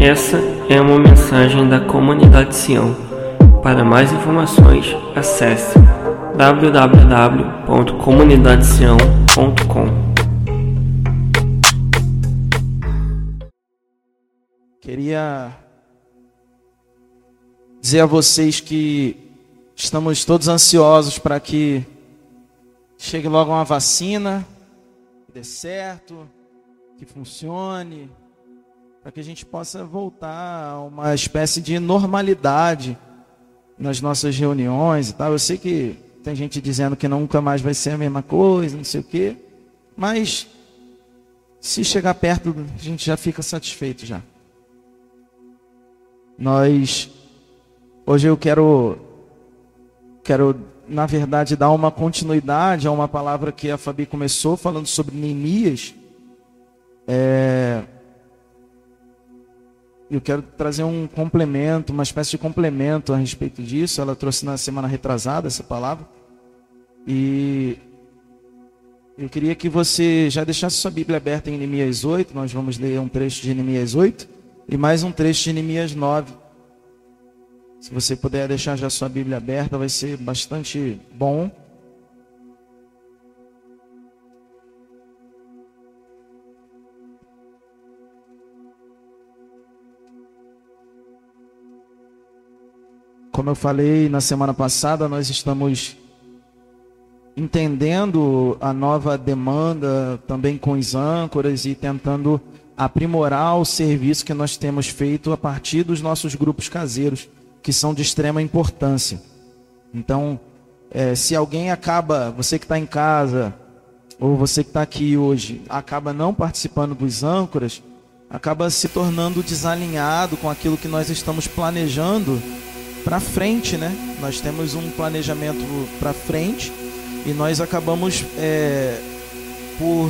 Essa é uma mensagem da Comunidade Sião. Para mais informações, acesse www.comunidadesião.com. Queria dizer a vocês que estamos todos ansiosos para que chegue logo uma vacina, que dê certo, que funcione, para que a gente possa voltar a uma espécie de normalidade nas nossas reuniões e tal. Eu sei que tem gente dizendo que nunca mais vai ser a mesma coisa, não sei o quê, mas se chegar perto, a gente já fica satisfeito já. Hoje eu quero na verdade dar uma continuidade a uma palavra que a Fabi começou falando sobre Neemias. Eu quero trazer um complemento, uma espécie de complemento a respeito disso. Ela trouxe na semana retrasada essa palavra. E eu queria que você já deixasse sua Bíblia aberta em Neemias 8. Nós vamos ler um trecho de Neemias 8 e mais um trecho de Neemias 9. Se você puder deixar já sua Bíblia aberta, vai ser bastante bom. Como eu falei na semana passada, nós estamos entendendo a nova demanda também com os âncoras e tentando aprimorar o serviço que nós temos feito a partir dos nossos grupos caseiros, que são de extrema importância. Então, se alguém você que está em casa, ou você que está aqui hoje, acaba não participando dos âncoras, acaba se tornando desalinhado com aquilo que nós estamos planejando para frente, né? Nós temos um planejamento para frente e nós acabamos por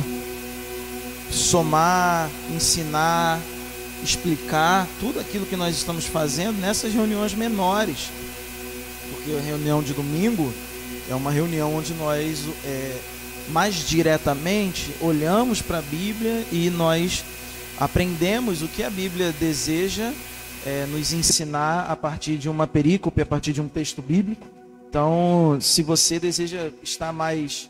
somar, ensinar, explicar tudo aquilo que nós estamos fazendo nessas reuniões menores, porque a reunião de domingo é uma reunião onde nós mais diretamente olhamos para a Bíblia e nós aprendemos o que a Bíblia deseja nos ensinar a partir de uma perícope, a partir de um texto bíblico. Então, se você deseja estar mais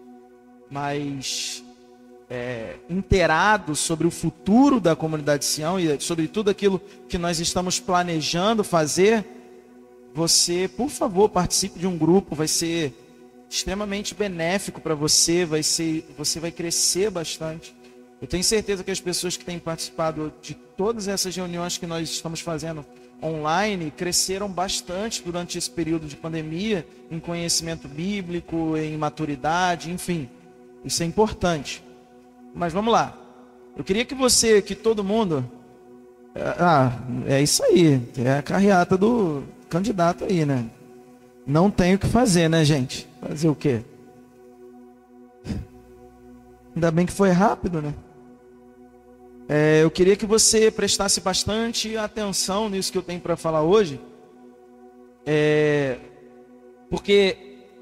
inteirado sobre o futuro da Comunidade Sião e sobre tudo aquilo que nós estamos planejando fazer, você, por favor, participe de um grupo. Vai ser extremamente benéfico para você, você vai crescer bastante. Eu tenho certeza que as pessoas que têm participado de todas essas reuniões que nós estamos fazendo online cresceram bastante durante esse período de pandemia, em conhecimento bíblico, em maturidade, enfim. Isso é importante. Mas vamos lá. Eu queria que todo mundo... é isso aí. É a carreata do candidato aí, né? Não tem o que fazer, né, gente? Fazer o quê? Ainda bem que foi rápido, né? Eu queria que você prestasse bastante atenção nisso que eu tenho para falar hoje, porque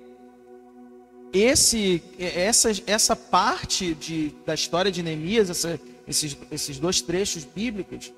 essa parte da história de Neemias, esses dois trechos bíblicos,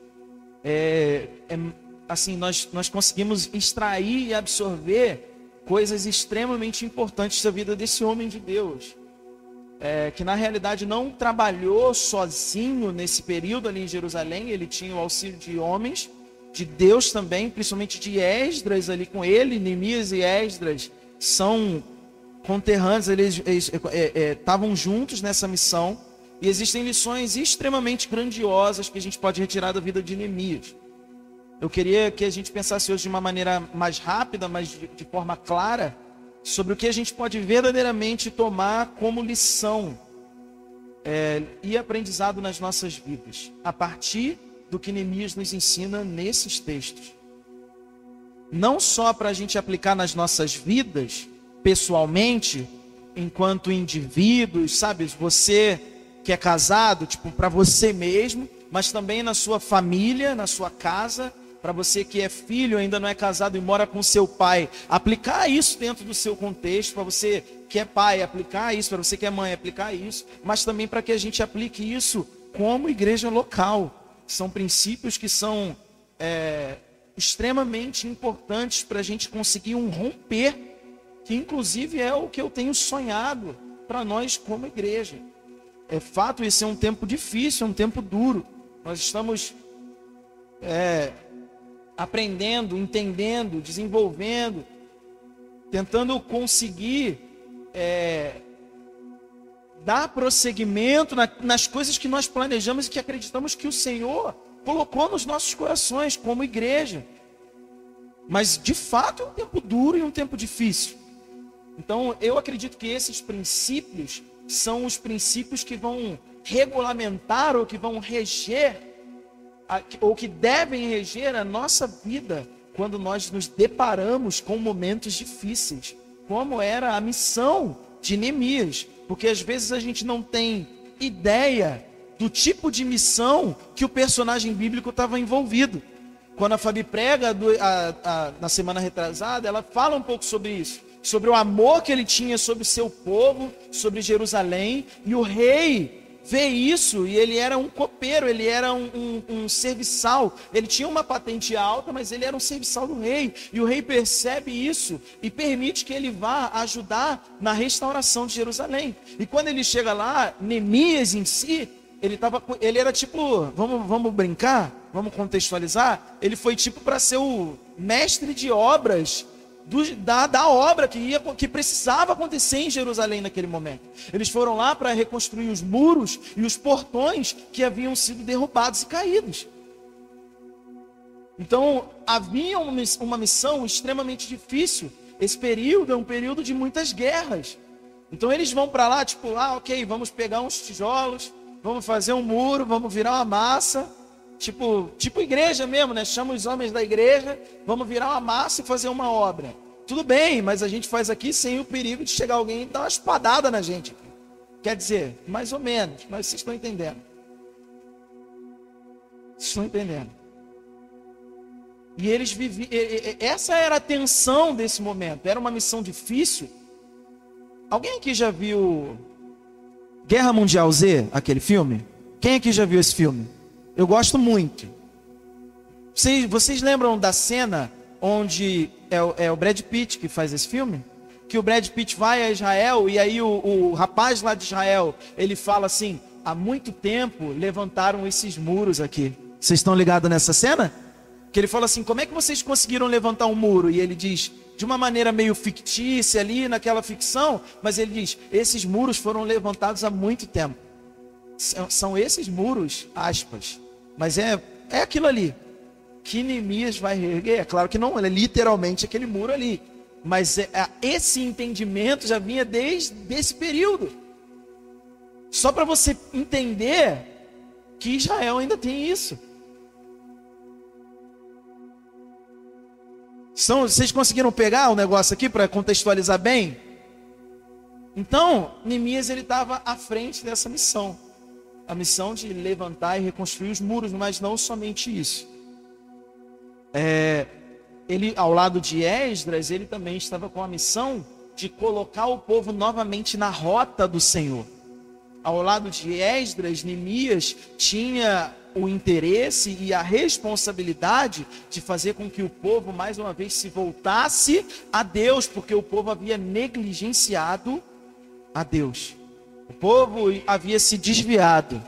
assim, nós conseguimos extrair e absorver coisas extremamente importantes da vida desse homem de Deus. Que na realidade não trabalhou sozinho nesse período ali em Jerusalém. Ele tinha o auxílio de homens, de Deus também, principalmente de Esdras ali com ele. Neemias e Esdras são conterrâneos, eles estavam juntos nessa missão. E existem lições extremamente grandiosas que a gente pode retirar da vida de Neemias. Eu queria que a gente pensasse hoje de uma maneira mais rápida, mas de forma clara, sobre o que a gente pode verdadeiramente tomar como lição e aprendizado nas nossas vidas, a partir do que Neemias nos ensina nesses textos. Não só para a gente aplicar nas nossas vidas, pessoalmente, enquanto indivíduos, sabe? Você que é casado, para você mesmo, mas também na sua família, na sua casa. Para você que é filho, ainda não é casado e mora com seu pai, aplicar isso dentro do seu contexto. Para você que é pai, aplicar isso. Para você que é mãe, aplicar isso. Mas também para que a gente aplique isso como igreja local. são princípios que são extremamente importantes para a gente conseguir um romper, que inclusive é o que eu tenho sonhado para nós como igreja. É fato, esse é um tempo difícil, é um tempo duro. Nós estamos aprendendo, entendendo, desenvolvendo, tentando conseguir dar prosseguimento nas coisas que nós planejamos e que acreditamos que o Senhor colocou nos nossos corações como igreja. Mas de fato é um tempo duro e um tempo difícil. Então eu acredito que esses princípios são os princípios que vão regulamentar ou que vão reger, ou que devem reger a nossa vida quando nós nos deparamos com momentos difíceis, como era a missão de Neemias. Porque às vezes a gente não tem ideia do tipo de missão que o personagem bíblico estava envolvido. Quando a Fabi prega na semana retrasada, ela fala um pouco sobre isso, sobre o amor que ele tinha sobre seu povo, sobre Jerusalém, e o rei vê isso, e ele era um copeiro, ele era um serviçal, ele tinha uma patente alta, mas ele era um serviçal do rei, e o rei percebe isso, e permite que ele vá ajudar na restauração de Jerusalém. E quando ele chega lá, Neemias em si, ele era tipo, vamos brincar, vamos contextualizar, ele foi tipo para ser o mestre de obras, da obra que precisava acontecer em Jerusalém naquele momento. Eles foram lá para reconstruir os muros e os portões que haviam sido derrubados e caídos. Então havia uma missão extremamente difícil. Esse período é um período de muitas guerras. Então eles vão para lá, tipo, ok, vamos pegar uns tijolos, vamos fazer um muro, vamos virar uma massa, tipo igreja mesmo, né? Chama os homens da igreja, vamos virar uma massa e fazer uma obra. Tudo bem, mas a gente faz aqui sem o perigo de chegar alguém e dar uma espadada na gente. Quer dizer, mais ou menos, mas vocês estão entendendo. Vocês estão entendendo. E eles viviam, essa era a tensão desse momento, era uma missão difícil. Alguém aqui já viu Guerra Mundial Z, aquele filme? Quem aqui já viu esse filme? Eu gosto muito. Vocês lembram da cena onde é o Brad Pitt que faz esse filme? Que o Brad Pitt vai a Israel e aí o rapaz lá de Israel, ele fala assim, há muito tempo levantaram esses muros aqui. Vocês estão ligados nessa cena? Que ele fala assim, como é que vocês conseguiram levantar um muro? E ele diz, de uma maneira meio fictícia ali, naquela ficção, mas ele diz, esses muros foram levantados há muito tempo. São esses muros, aspas, mas é aquilo ali que Neemias vai reerguer. É claro que não é literalmente aquele muro ali, mas esse entendimento já vinha desde esse período. Só para você entender que Israel ainda tem isso. Vocês conseguiram pegar o negócio aqui para contextualizar bem? Então, Neemias ele estava à frente dessa missão. A missão de levantar e reconstruir os muros, mas não somente isso. Ele, ao lado de Esdras, ele também estava com a missão de colocar o povo novamente na rota do Senhor. Ao lado de Esdras, Neemias tinha o interesse e a responsabilidade de fazer com que o povo mais uma vez se voltasse a Deus, porque o povo havia negligenciado a Deus. O povo havia se desviado.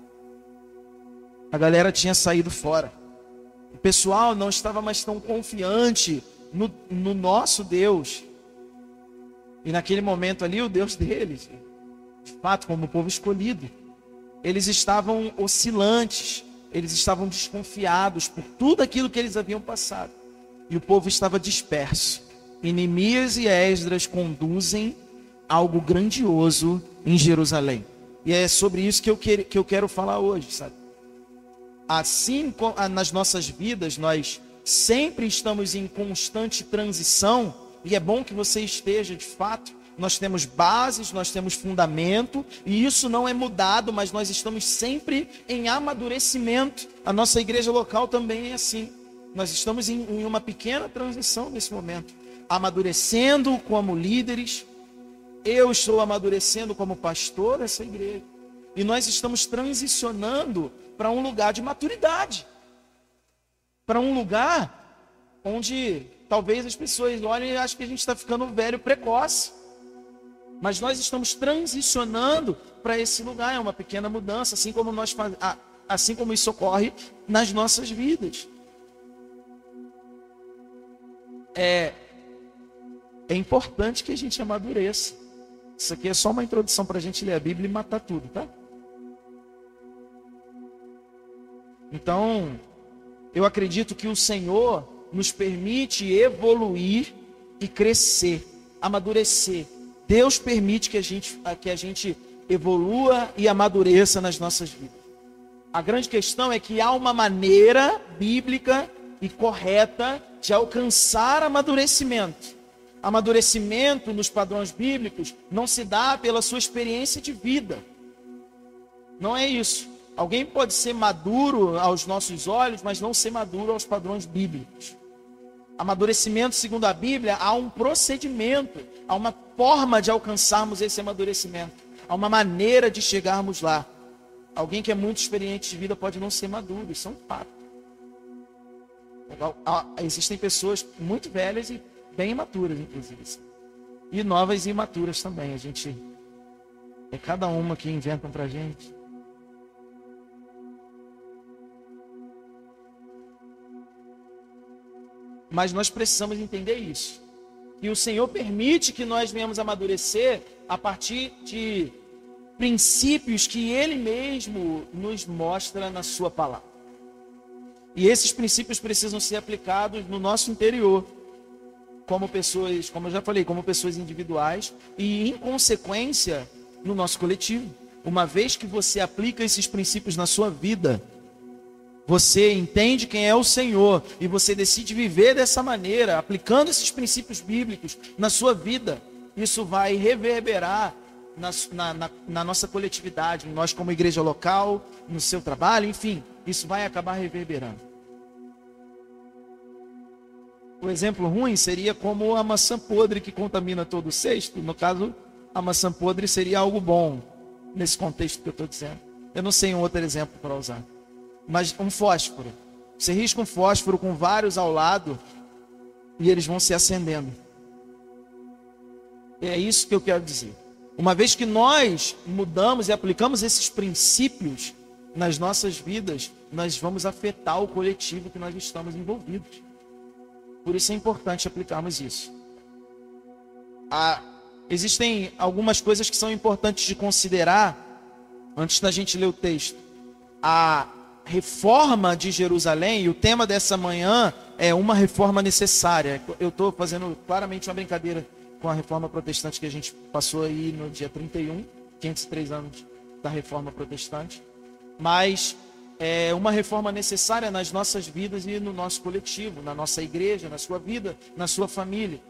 A galera tinha saído fora. O pessoal não estava mais tão confiante no nosso Deus. E naquele momento ali, o Deus deles, de fato, como o povo escolhido, eles estavam oscilantes, eles estavam desconfiados por tudo aquilo que eles haviam passado. E o povo estava disperso. E Neemias e Esdras conduzem algo grandioso em Jerusalém. E é sobre isso que eu quero falar hoje, sabe? Assim como nas nossas vidas, nós sempre estamos em constante transição, e é bom que você esteja de fato. Nós temos bases, nós temos fundamento, e isso não é mudado, mas nós estamos sempre em amadurecimento. A nossa igreja local também é assim. Nós estamos em uma pequena transição nesse momento, amadurecendo como líderes. Eu estou amadurecendo como pastor dessa igreja. E nós estamos transicionando para um lugar de maturidade, para um lugar onde talvez as pessoas olhem e achem que a gente está ficando velho precoce. Mas nós estamos transicionando para esse lugar, é uma pequena mudança, assim como isso ocorre nas nossas vidas. É importante que a gente amadureça. Isso aqui é só uma introdução para a gente ler a Bíblia e matar tudo, tá? Então, eu acredito que o Senhor nos permite evoluir e crescer, amadurecer. Deus permite que a gente evolua e amadureça nas nossas vidas. A grande questão é que há uma maneira bíblica e correta de alcançar amadurecimento. Amadurecimento nos padrões bíblicos não se dá pela sua experiência de vida. Não é isso. Alguém pode ser maduro aos nossos olhos, mas não ser maduro aos padrões bíblicos. Amadurecimento, segundo a Bíblia, há um procedimento, há uma forma de alcançarmos esse amadurecimento, há uma maneira de chegarmos lá. Alguém que é muito experiente de vida pode não ser maduro, isso é um fato. Existem pessoas muito velhas e bem imaturas, inclusive. E novas e imaturas também. É cada uma que inventam pra gente. Mas nós precisamos entender isso. E o Senhor permite que nós venhamos amadurecer a partir de princípios que Ele mesmo nos mostra na sua palavra. E esses princípios precisam ser aplicados no nosso interior, como pessoas, como eu já falei, como pessoas individuais e, em consequência, no nosso coletivo. Uma vez que você aplica esses princípios na sua vida, você entende quem é o Senhor e você decide viver dessa maneira, aplicando esses princípios bíblicos na sua vida, isso vai reverberar na nossa coletividade, nós como igreja local, no seu trabalho, enfim, isso vai acabar reverberando. O exemplo ruim seria como a maçã podre que contamina todo o cesto. No caso, a maçã podre seria algo bom, nesse contexto que eu estou dizendo. Eu não sei um outro exemplo para usar. Mas um fósforo. Você risca um fósforo com vários ao lado e eles vão se acendendo. É isso que eu quero dizer. Uma vez que nós mudamos e aplicamos esses princípios nas nossas vidas, nós vamos afetar o coletivo que nós estamos envolvidos. Por isso é importante aplicarmos isso. Existem algumas coisas que são importantes de considerar antes da gente ler o texto. A reforma de Jerusalém, e o tema dessa manhã é uma reforma necessária. Eu estou fazendo claramente uma brincadeira com a reforma protestante que a gente passou aí no dia 31, 503 anos da reforma protestante. Mas é uma reforma necessária nas nossas vidas e no nosso coletivo, na nossa igreja, na sua vida, na sua família.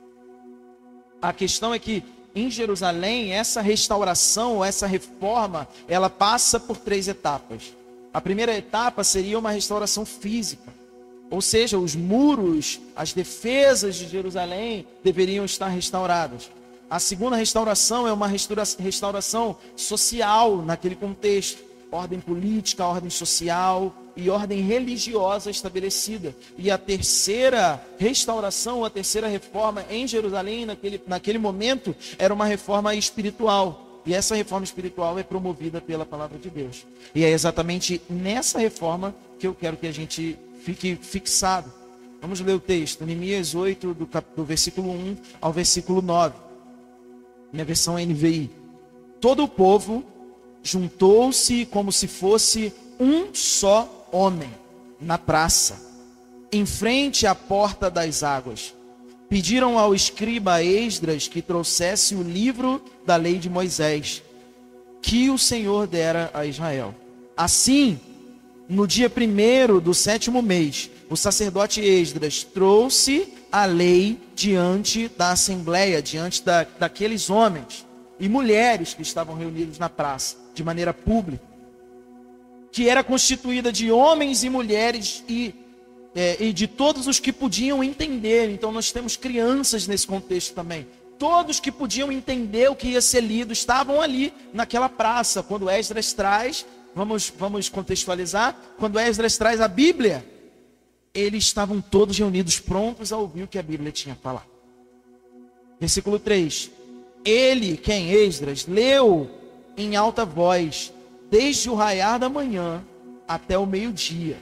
A questão é que em Jerusalém, essa restauração, essa reforma, ela passa por 3 etapas. A primeira etapa seria uma restauração física, ou seja, os muros, as defesas de Jerusalém deveriam estar restauradas. A segunda restauração é uma restauração social naquele contexto, ordem política, ordem social e ordem religiosa estabelecida. E a terceira restauração, a terceira reforma em Jerusalém, naquele momento, era uma reforma espiritual. E essa reforma espiritual é promovida pela palavra de Deus. E é exatamente nessa reforma que eu quero que a gente fique fixado. Vamos ler o texto, Neemias 8, do versículo 1 ao versículo 9. Minha versão é NVI. Todo o povo juntou-se como se fosse um só homem na praça, em frente à porta das águas. Pediram ao escriba Esdras que trouxesse o livro da lei de Moisés, que o Senhor dera a Israel. Assim, no dia 1º do 7º mês, o sacerdote Esdras trouxe a lei diante da assembleia, diante daqueles homens e mulheres que estavam reunidos na praça, de maneira pública, que era constituída de homens e mulheres e de todos os que podiam entender. Então nós temos crianças nesse contexto também. Todos que podiam entender o que ia ser lido estavam ali naquela praça. Quando Esdras traz vamos contextualizar. Quando Esdras traz a Bíblia, eles estavam todos reunidos, prontos a ouvir o que a Bíblia tinha a falar. Versículo 3. Ele, quem? Esdras, leu em alta voz, desde o raiar da manhã até o meio-dia,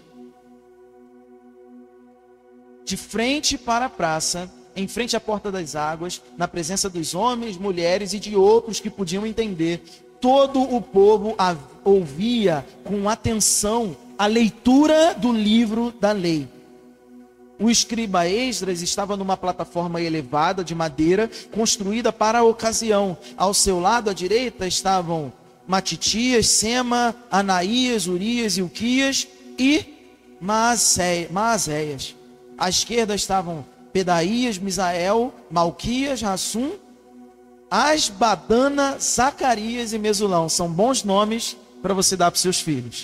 de frente para a praça, em frente à porta das águas, na presença dos homens, mulheres e de outros que podiam entender. Todo o povo ouvia com atenção a leitura do livro da lei. O escriba Esdras estava numa plataforma elevada de madeira, construída para a ocasião. Ao seu lado à direita estavam Matitias, Sema, Anaías, Urias, Ilquias e Maazéias. À esquerda estavam Pedaías, Misael, Malquias, Rassum, Asbadana, Zacarias e Mesulão. São bons nomes para você dar para os seus filhos.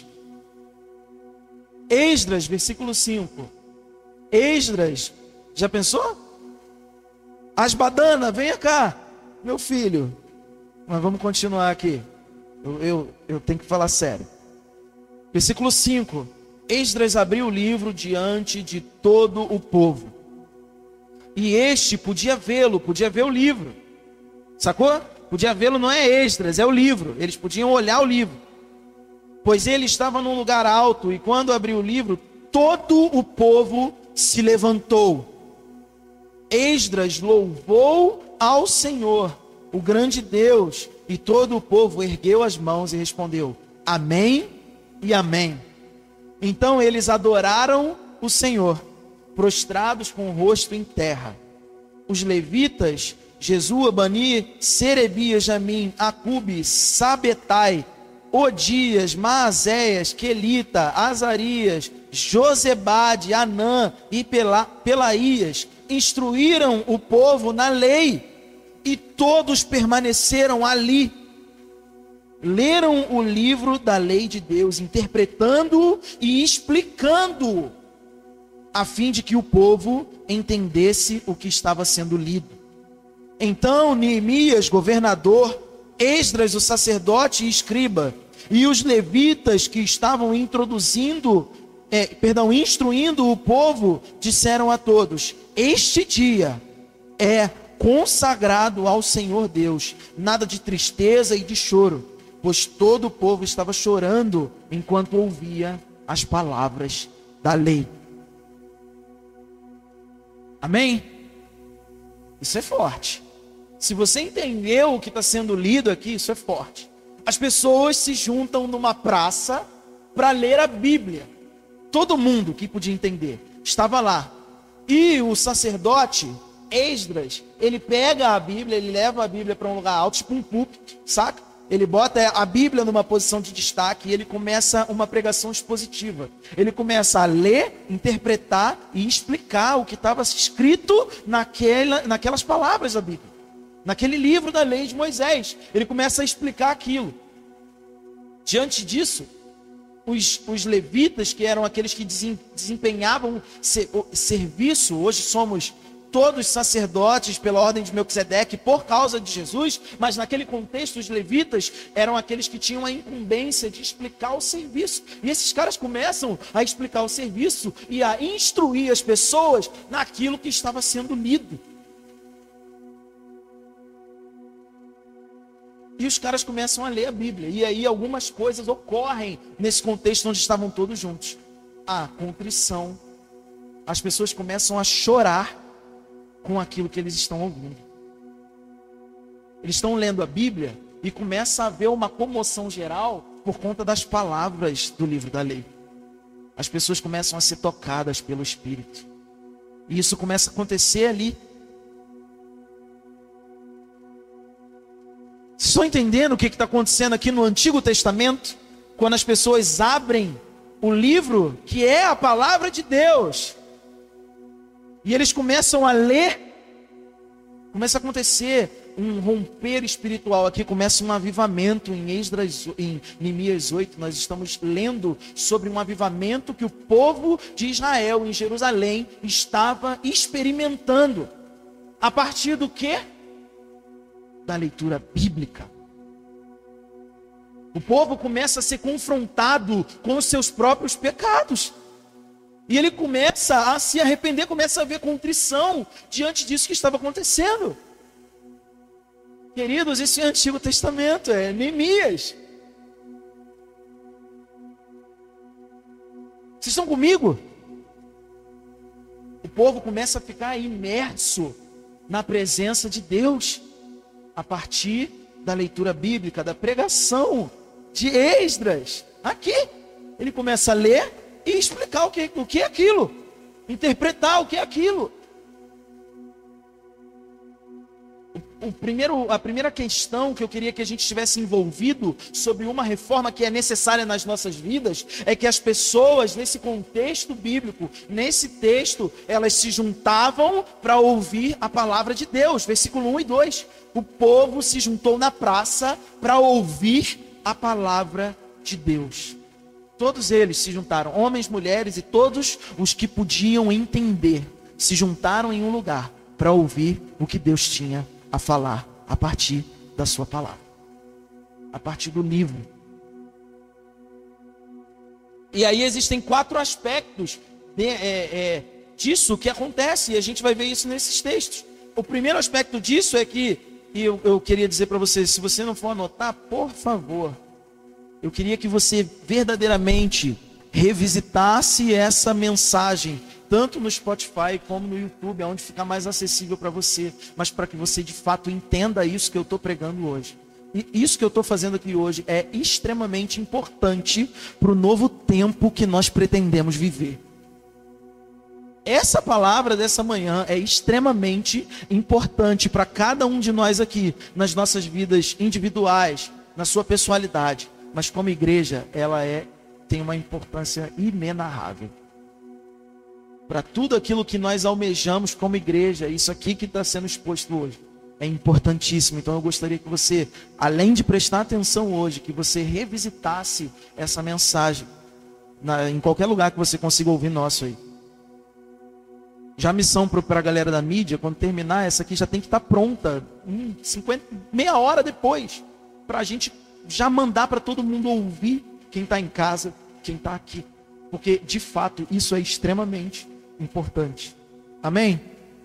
Esdras, versículo 5. Esdras, já pensou? Asbadana, venha cá, meu filho. Mas vamos continuar aqui. Eu tenho que falar sério. Versículo 5. Esdras abriu o livro diante de todo o povo. E este podia vê-lo, podia ver o livro. Sacou? Podia vê-lo, não é Esdras, é o livro. Eles podiam olhar o livro. Pois ele estava num lugar alto, e quando abriu o livro, todo o povo se levantou. Esdras louvou ao Senhor, o grande Deus, e todo o povo ergueu as mãos e respondeu: Amém e Amém. Então eles adoraram o Senhor, prostrados com o rosto em terra. Os levitas, Jesua, Bani, Serebias, Jamim, Acube, Sabetai, Odias, Maazéias, Quelita, Azarias, Josebade, Anã e Pelaías instruíram o povo na lei, e todos permaneceram ali. Leram o livro da lei de Deus, interpretando-o e explicando-o, a fim de que o povo entendesse o que estava sendo lido. Então Neemias, governador, Esdras, o sacerdote e escriba, e os levitas que estavam instruindo o povo, disseram a todos: Este dia é consagrado ao Senhor Deus, nada de tristeza e de choro, pois todo o povo estava chorando enquanto ouvia as palavras da lei. Amém? Isso é forte. Se você entendeu o que está sendo lido aqui, isso é forte. As pessoas se juntam numa praça para ler a Bíblia. Todo mundo que podia entender estava lá. E o sacerdote Esdras, ele pega a Bíblia, ele leva a Bíblia para um lugar alto, tipo um púlpito, saca? Ele bota a Bíblia numa posição de destaque e ele começa uma pregação expositiva. Ele começa a ler, interpretar e explicar o que estava escrito naquelas palavras da Bíblia, naquele livro da lei de Moisés. Ele começa a explicar aquilo. Diante disso, os levitas, que eram aqueles que desempenhavam serviço, hoje somos todos sacerdotes pela ordem de Melquisedeque por causa de Jesus, mas naquele contexto os levitas eram aqueles que tinham a incumbência de explicar o serviço. E esses caras começam a explicar o serviço e a instruir as pessoas naquilo que estava sendo lido. E os caras começam a ler a Bíblia. E aí algumas coisas ocorrem nesse contexto onde estavam todos juntos. A contrição. As pessoas começam a chorar com aquilo que eles estão ouvindo. Eles estão lendo a Bíblia e começa a haver uma comoção geral por conta das palavras do livro da lei. As pessoas começam a ser tocadas pelo Espírito. E isso começa a acontecer ali. Vocês estão entendendo o que está acontecendo aqui no Antigo Testamento? Quando as pessoas abrem o livro que é a palavra de Deus, e eles começam a ler, começa a acontecer um romper espiritual aqui, começa um avivamento em Neemias 8. Nós estamos lendo sobre um avivamento que o povo de Israel em Jerusalém estava experimentando. A partir do quê? Da leitura bíblica. O povo começa a ser confrontado com os seus próprios pecados. E ele começa a se arrepender, começa a ver contrição diante disso que estava acontecendo. Queridos, esse é o Antigo Testamento, é Neemias. Vocês estão comigo? O povo começa a ficar imerso na presença de Deus, a partir da leitura bíblica, da pregação de Esdras. Aqui, ele começa a ler e explicar o que é aquilo, interpretar o que é aquilo. A primeira questão que eu queria que a gente estivesse envolvido sobre uma reforma que é necessária nas nossas vidas é que as pessoas, nesse contexto bíblico, nesse texto, elas se juntavam para ouvir a palavra de Deus. Versículo 1 e 2. O povo se juntou na praça para ouvir a palavra de Deus. Todos eles se juntaram, homens, mulheres e todos os que podiam entender, se juntaram em um lugar para ouvir o que Deus tinha a falar a partir da sua palavra, a partir do livro. E aí existem 4 aspectos disso que acontece, e a gente vai ver isso nesses textos. O primeiro aspecto disso é que, e eu queria dizer para você, se você não for anotar, por favor, eu queria que você verdadeiramente revisitasse essa mensagem, tanto no Spotify como no YouTube, onde fica mais acessível para você, mas para que você de fato entenda isso que eu estou pregando hoje. E isso que eu estou fazendo aqui hoje é extremamente importante para o novo tempo que nós pretendemos viver. Essa palavra dessa manhã é extremamente importante para cada um de nós aqui, nas nossas vidas individuais, na sua pessoalidade, mas como igreja, ela tem uma importância inenarrável. Para tudo aquilo que nós almejamos como igreja, isso aqui que está sendo exposto hoje, é importantíssimo. Então eu gostaria que você, além de prestar atenção hoje, que você revisitasse essa mensagem, em qualquer lugar que você consiga ouvir nosso aí. Já a missão para a galera da mídia, quando terminar, essa aqui já tem que estar pronta, meia hora depois, para a gente já mandar para todo mundo ouvir, quem está em casa, quem está aqui. Porque, de fato, isso é extremamente importante. Amém?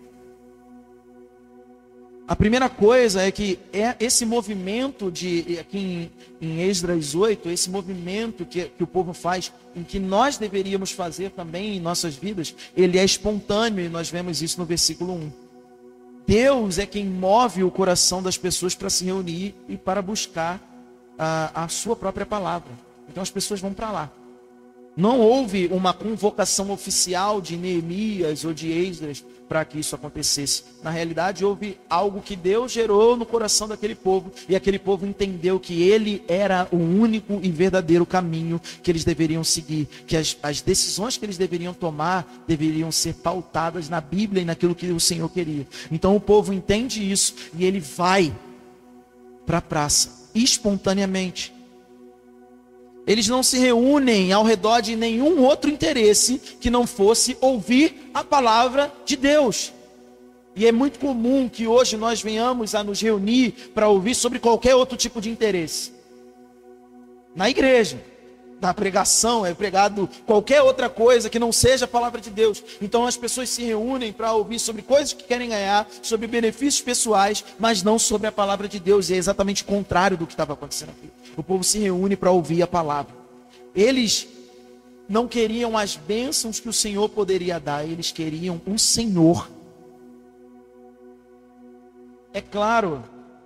A primeira coisa é que esse movimento aqui em Esdras 8, esse movimento que o povo faz, em que nós deveríamos fazer também em nossas vidas, ele é espontâneo, e nós vemos isso no versículo 1. Deus é quem move o coração das pessoas para se reunir e para buscar a sua própria palavra. Então as pessoas vão para lá. Não houve uma convocação oficial de Neemias ou de Esdras para que isso acontecesse. Na realidade, houve algo que Deus gerou no coração daquele povo, e aquele povo entendeu que ele era o único e verdadeiro caminho que eles deveriam seguir, que as decisões que eles deveriam tomar deveriam ser pautadas na Bíblia e naquilo que o Senhor queria. Então o povo entende isso e ele vai para a praça espontaneamente. Eles não se reúnem ao redor de nenhum outro interesse que não fosse ouvir a palavra de Deus. E é muito comum que hoje nós venhamos a nos reunir para ouvir sobre qualquer outro tipo de interesse. Na igreja, na pregação, é pregado qualquer outra coisa que não seja a palavra de Deus. Então as pessoas se reúnem para ouvir sobre coisas que querem ganhar, sobre benefícios pessoais, mas não sobre a palavra de Deus. E é exatamente o contrário do que estava acontecendo aqui. O povo se reúne para ouvir a palavra. Eles não queriam as bênçãos que o Senhor poderia dar, eles queriam o Senhor. É claro,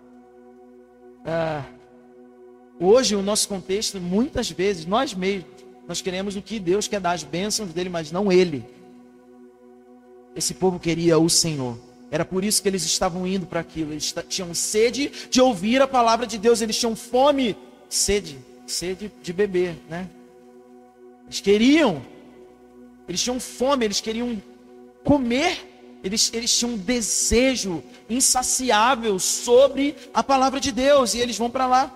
hoje o nosso contexto, muitas vezes, nós mesmos, nós queremos o que Deus quer dar, as bênçãos dele, mas não ele. Esse povo queria o Senhor. Era por isso que eles estavam indo para aquilo. Eles tinham sede de ouvir a palavra de Deus, eles tinham fome, sede de beber, né? Eles tinham fome, eles queriam comer, eles tinham um desejo insaciável sobre a palavra de Deus, e eles vão para lá.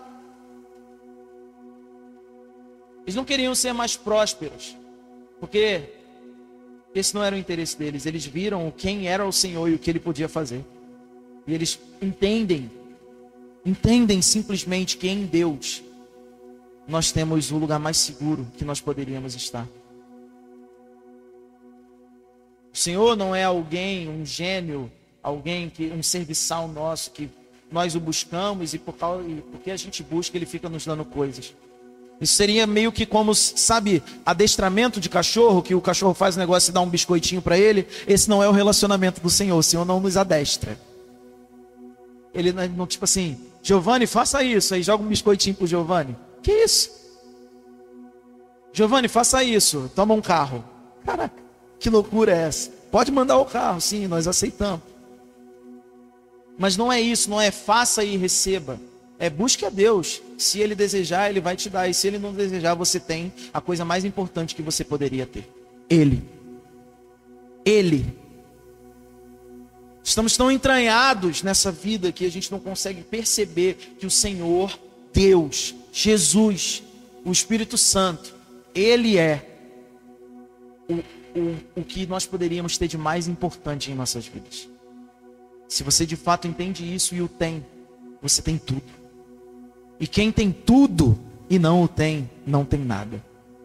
Eles não queriam ser mais prósperos, porque esse não era o interesse deles. Eles viram quem era o Senhor e o que ele podia fazer, e eles entendem simplesmente que em Deus nós temos o lugar mais seguro que nós poderíamos estar. O Senhor não é alguém, um gênio, um serviçal nosso, que nós o buscamos e porque a gente busca, Ele fica nos dando coisas. Isso seria meio que como, sabe, adestramento de cachorro, que o cachorro faz o negócio e dá um biscoitinho para ele. Esse não é o relacionamento do Senhor. O Senhor não nos adestra. Ele não, tipo assim, Giovanni, faça isso. Aí joga um biscoitinho pro Giovanni. Que isso? Giovanni, faça isso. Toma um carro. Caraca, que loucura é essa? Pode mandar o carro, sim, nós aceitamos. Mas não é isso, não é faça e receba. É busque a Deus. Se Ele desejar, Ele vai te dar. E se Ele não desejar, você tem a coisa mais importante que você poderia ter. Ele. Ele. Estamos tão entranhados nessa vida que a gente não consegue perceber que o Senhor, Deus, Jesus, o Espírito Santo, Ele é o que nós poderíamos ter de mais importante em nossas vidas. Se você de fato entende isso e o tem, você tem tudo. E quem tem tudo e não o tem, não tem nada.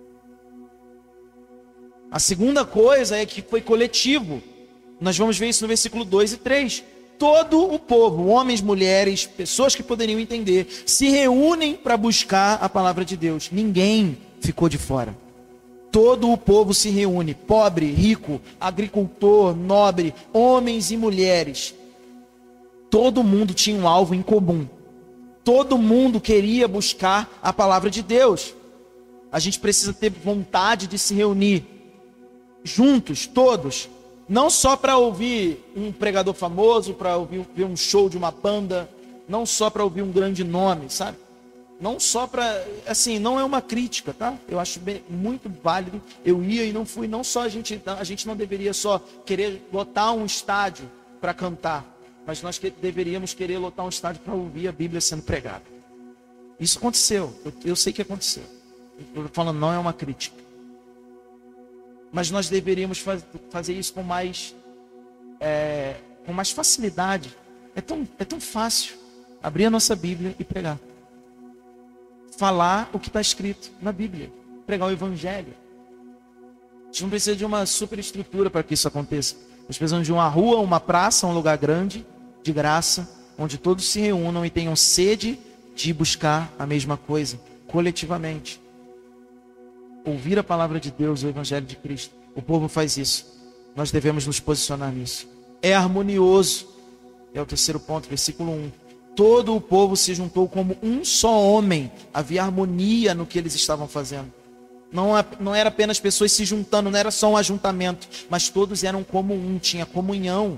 A segunda coisa é que foi coletivo. Nós vamos ver isso no versículo 2 e 3. Todo o povo, homens, mulheres, pessoas que poderiam entender, se reúnem para buscar a palavra de Deus. Ninguém ficou de fora. Todo o povo se reúne, pobre, rico, agricultor, nobre, homens e mulheres. Todo mundo tinha um alvo em comum. Todo mundo queria buscar a palavra de Deus. A gente precisa ter vontade de se reunir juntos, todos. Não só para ouvir um pregador famoso, para ver um show de uma banda, não só para ouvir um grande nome, sabe? Não só para, assim, não é uma crítica, tá? Eu acho muito válido. Eu ia e não fui. Não só a gente não deveria só querer lotar um estádio para cantar. Mas nós deveríamos querer lotar um estádio para ouvir a Bíblia sendo pregada. Isso aconteceu. Eu sei que aconteceu. Estou falando, não é uma crítica. Mas nós deveríamos fazer isso com mais facilidade. É tão fácil abrir a nossa Bíblia e pregar. Falar o que está escrito na Bíblia. Pregar o Evangelho. A gente não precisa de uma superestrutura para que isso aconteça. Nós precisamos de uma rua, uma praça, um lugar grande, de graça, onde todos se reúnam e tenham sede de buscar a mesma coisa, coletivamente. Ouvir a palavra de Deus, o Evangelho de Cristo. O povo faz isso. Nós devemos nos posicionar nisso. É harmonioso. É o terceiro ponto, versículo 1. Todo o povo se juntou como um só homem. Havia harmonia no que eles estavam fazendo. Não era apenas pessoas se juntando, não era só um ajuntamento, mas todos eram como um, tinha comunhão.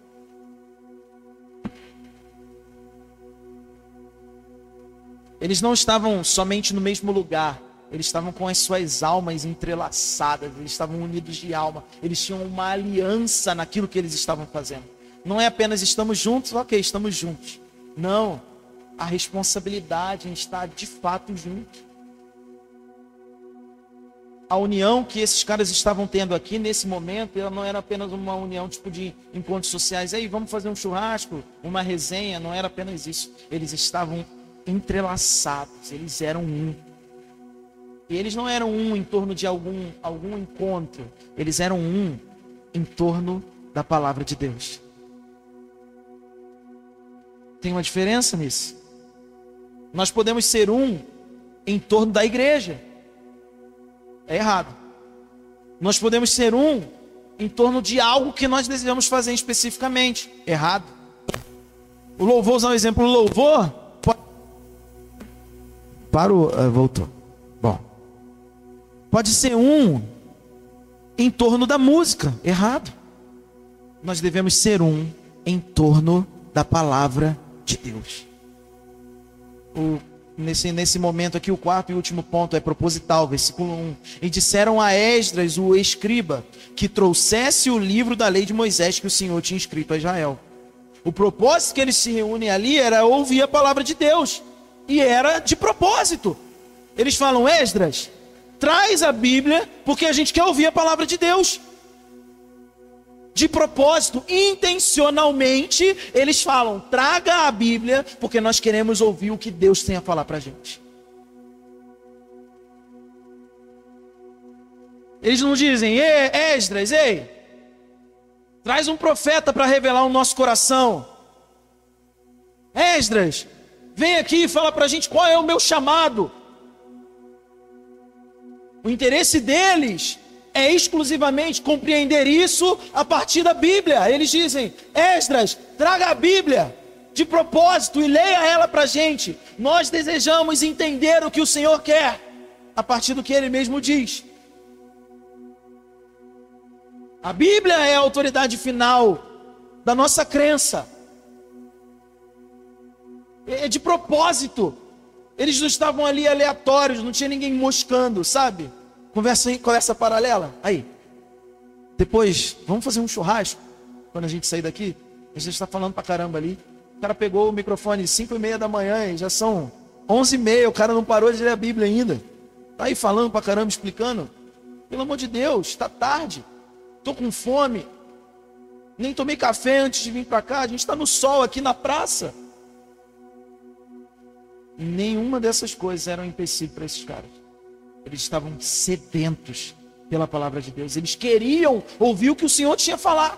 Eles não estavam somente no mesmo lugar, eles estavam com as suas almas entrelaçadas, eles estavam unidos de alma, eles tinham uma aliança naquilo que eles estavam fazendo. Não é apenas estamos juntos, ok, estamos juntos. Não, a responsabilidade em estar de fato juntos. A união que esses caras estavam tendo aqui nesse momento, ela não era apenas uma união tipo de encontros sociais. Aí vamos fazer um churrasco, uma resenha, não era apenas isso. Eles estavam entrelaçados, eles eram um. E eles não eram um em torno de algum encontro, eles eram um em torno da palavra de Deus. Tem uma diferença nisso. Nós podemos ser um em torno da igreja. É errado. Nós podemos ser um em torno de algo que nós desejamos fazer especificamente. Errado. O louvor, vou usar um exemplo. O louvor parou, voltou. Bom, pode ser um em torno da música. Errado. Nós devemos ser um em torno da palavra de Deus. Nesse momento aqui, o quarto e último ponto é proposital, versículo 1. E disseram a Esdras, o escriba, que trouxesse o livro da lei de Moisés que o Senhor tinha escrito a Israel. O propósito que eles se reúnem ali era ouvir a palavra de Deus. E era de propósito. Eles falam, Esdras, traz a Bíblia, porque a gente quer ouvir a palavra de Deus. De propósito, intencionalmente, eles falam, traga a Bíblia, porque nós queremos ouvir o que Deus tem a falar para a gente. Eles não dizem: Esdras, ei, traz um profeta para revelar o nosso coração. Esdras, vem aqui e fala para a gente qual é o meu chamado. O interesse deles é exclusivamente compreender isso a partir da Bíblia. Eles dizem: Esdras, traga a Bíblia de propósito e leia ela para a gente. Nós desejamos entender o que o Senhor quer a partir do que Ele mesmo diz. A Bíblia é a autoridade final da nossa crença. É de propósito. Eles não estavam ali aleatórios, não tinha ninguém moscando, sabe? Conversa paralela. Aí, depois, vamos fazer um churrasco quando a gente sair daqui? A gente está falando pra caramba ali. O cara pegou o microfone 5h30 da manhã e já são 11h30. O cara não parou de ler a Bíblia ainda. Tá aí falando pra caramba, explicando. Pelo amor de Deus, está tarde. Tô com fome. Nem tomei café antes de vir para cá. A gente está no sol aqui na praça. Nenhuma dessas coisas era um empecilho para esses caras. Eles estavam sedentos pela palavra de Deus. Eles queriam ouvir o que o Senhor tinha a falar.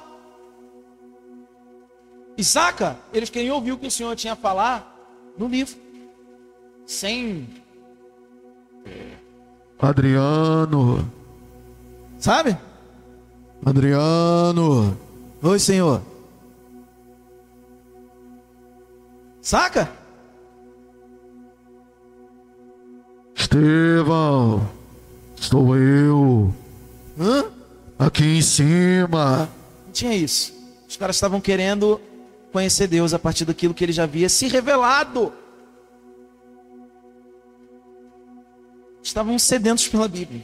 E saca? Eles queriam ouvir o que o Senhor tinha a falar no livro. Sem... Adriano. Sabe? Adriano. Oi, Senhor. Saca? Estevão, sou eu. Hã? Aqui em cima. Não tinha isso. Os caras estavam querendo conhecer Deus a partir daquilo que Ele já havia se revelado. Estavam sedentos pela Bíblia.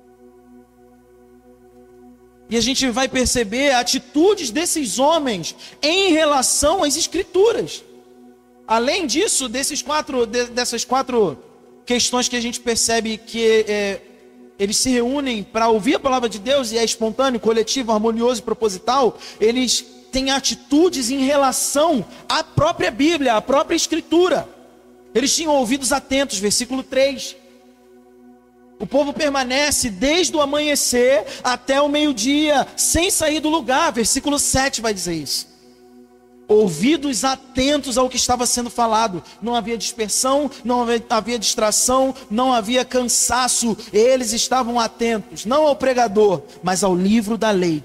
E a gente vai perceber atitudes desses homens em relação às Escrituras. Além disso, dessas quatro questões que a gente percebe que eles se reúnem para ouvir a palavra de Deus, e é espontâneo, coletivo, harmonioso e proposital, eles têm atitudes em relação à própria Bíblia, à própria Escritura. Eles tinham ouvidos atentos, versículo 3. O povo permanece desde o amanhecer até o meio-dia, sem sair do lugar. Versículo 7 vai dizer isso. Ouvidos atentos ao que estava sendo falado. Não havia dispersão, não havia distração, não havia cansaço. Eles estavam atentos, não ao pregador, mas ao livro da lei.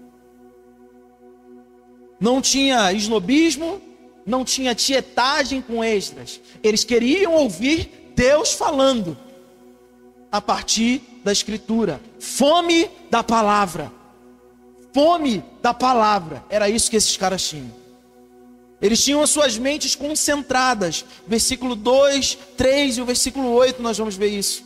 Não tinha esnobismo, não tinha tietagem com Esdras. Eles queriam ouvir Deus falando a partir da Escritura. Fome da palavra. Fome da palavra. Era isso que esses caras tinham. Eles tinham as suas mentes concentradas. Versículo 2, 3 e o versículo 8 nós vamos ver isso.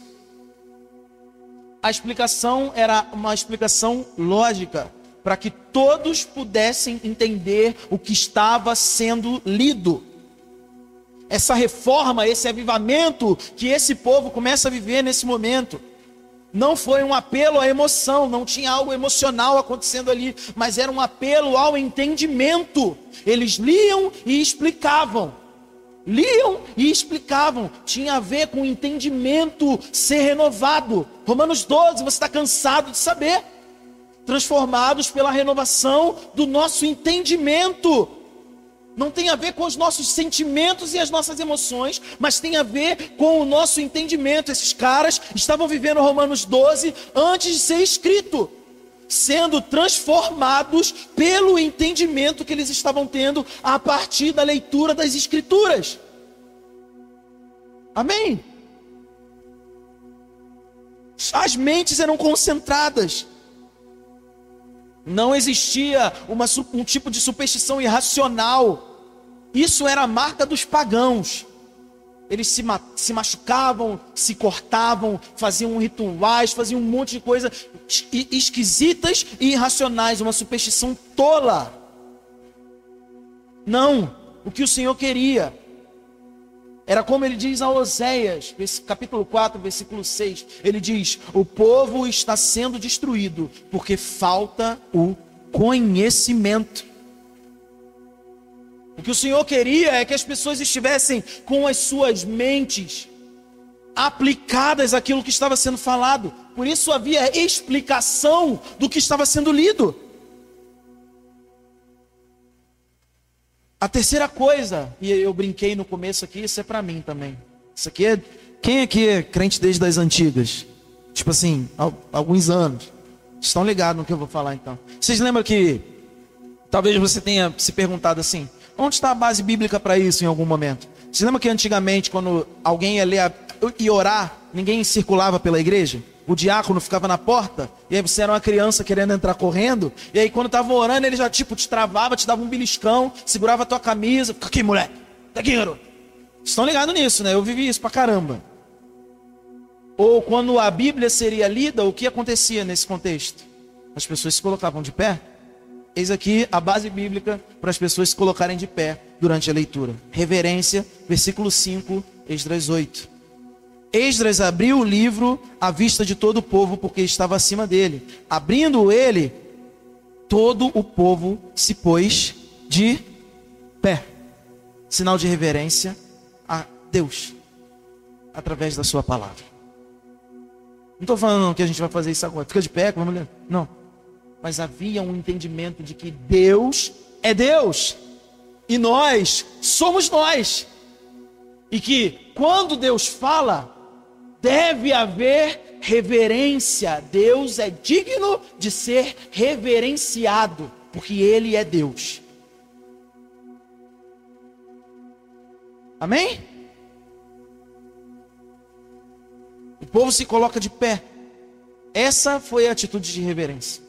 A explicação era uma explicação lógica, para que todos pudessem entender o que estava sendo lido. Essa reforma, esse avivamento que esse povo começa a viver nesse momento, não foi um apelo à emoção, não tinha algo emocional acontecendo ali, mas era um apelo ao entendimento. Eles liam e explicavam. Liam e explicavam. Tinha a ver com o entendimento ser renovado. Romanos 12, você está cansado de saber. Transformados pela renovação do nosso entendimento. Não tem a ver com os nossos sentimentos e as nossas emoções, mas tem a ver com o nosso entendimento. Esses caras estavam vivendo Romanos 12 antes de ser escrito, sendo transformados pelo entendimento que eles estavam tendo a partir da leitura das Escrituras. Amém? As mentes eram concentradas. Não existia um tipo de superstição irracional. Isso era a marca dos pagãos. Eles se machucavam, se cortavam, faziam rituais, faziam um monte de coisas esquisitas e irracionais. Uma superstição tola. Não, o que o Senhor queria era como ele diz a Oséias, capítulo 4, versículo 6. Ele diz: o povo está sendo destruído porque falta o conhecimento. O que o Senhor queria é que as pessoas estivessem com as suas mentes aplicadas àquilo que estava sendo falado. Por isso havia explicação do que estava sendo lido. A terceira coisa, e eu brinquei no começo aqui, isso é para mim também. Isso aqui é... Quem aqui é crente desde as antigas? Tipo assim, alguns anos. Estão ligados no que eu vou falar então. Vocês lembram que talvez você tenha se perguntado assim, onde está a base bíblica para isso em algum momento? Você lembra que antigamente, quando alguém ia ler e orar, ninguém circulava pela igreja? O diácono ficava na porta, e aí você era uma criança querendo entrar correndo, e aí quando estava orando, ele já tipo te travava, te dava um beliscão, segurava a tua camisa, fica aqui, moleque, tá aqui, garoto. Estão ligados nisso, né? Eu vivi isso pra caramba. Ou quando a Bíblia seria lida, o que acontecia nesse contexto? As pessoas se colocavam de pé. Eis aqui a base bíblica para as pessoas se colocarem de pé durante a leitura. Reverência, versículo 5, Esdras 8. Esdras abriu o livro à vista de todo o povo, porque estava acima dele. Abrindo ele, todo o povo se pôs de pé. Sinal de reverência a Deus, através da sua palavra. Não estou falando que a gente vai fazer isso agora. Fica de pé, vamos ler. Não. Mas havia um entendimento de que Deus é Deus. E nós somos nós. E que quando Deus fala, deve haver reverência. Deus é digno de ser reverenciado, porque Ele é Deus. Amém? O povo se coloca de pé. Essa foi a atitude de reverência.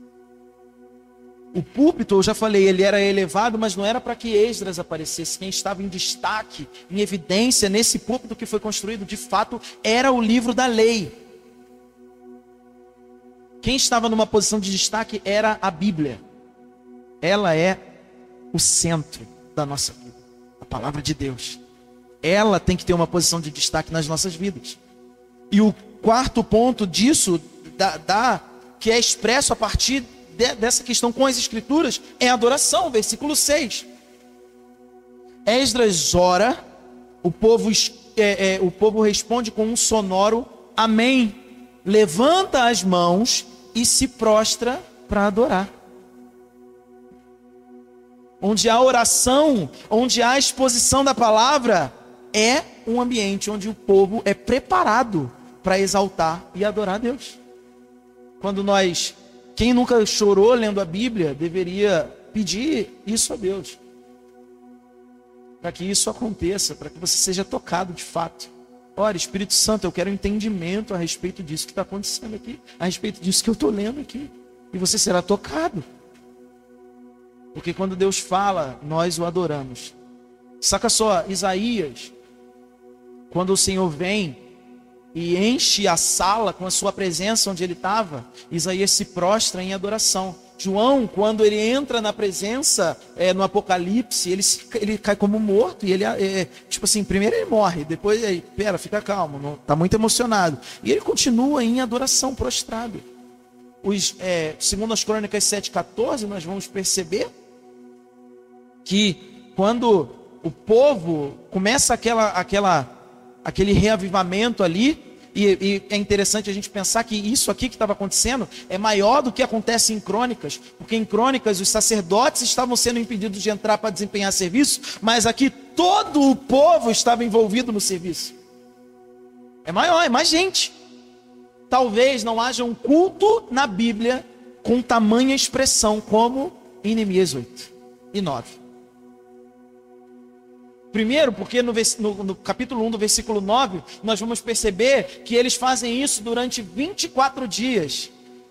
O púlpito, eu já falei, ele era elevado, mas não era para que Esdras aparecesse. Quem estava em destaque, em evidência, nesse púlpito que foi construído, de fato, era o livro da lei. Quem estava numa posição de destaque era a Bíblia. Ela é o centro da nossa vida, a palavra de Deus. Ela tem que ter uma posição de destaque nas nossas vidas. E o quarto ponto disso, que é expresso a partir dessa questão com as escrituras, é a adoração, versículo 6. Esdras ora, o povo responde com um sonoro amém. Levanta as mãos e se prostra para adorar. Onde há oração, onde há exposição da palavra, é um ambiente onde o povo é preparado para exaltar e adorar a Deus. Quem nunca chorou lendo a Bíblia, deveria pedir isso a Deus. Para que isso aconteça, para que você seja tocado de fato. Ora, Espírito Santo, eu quero entendimento a respeito disso que está acontecendo aqui, a respeito disso que eu estou lendo aqui. E você será tocado. Porque quando Deus fala, nós o adoramos. Saca só, Isaías, quando o Senhor vem e enche a sala com a sua presença onde ele estava, Isaías se prostra em adoração. João, quando ele entra na presença, no Apocalipse, ele cai como morto, e ele, tipo assim, primeiro ele morre, depois, fica calmo, está muito emocionado, e ele continua em adoração, prostrado. Segundo as Crônicas 7,14, nós vamos perceber que quando o povo começa aquele reavivamento ali, e é interessante a gente pensar que isso aqui que estava acontecendo é maior do que acontece em Crônicas, porque em Crônicas os sacerdotes estavam sendo impedidos de entrar para desempenhar serviço, mas aqui todo o povo estava envolvido no serviço. É maior, é mais gente. Talvez não haja um culto na Bíblia com tamanha expressão como em Neemias 8 e 9. Primeiro, porque no capítulo 1 do versículo 9, nós vamos perceber que eles fazem isso durante 24 dias.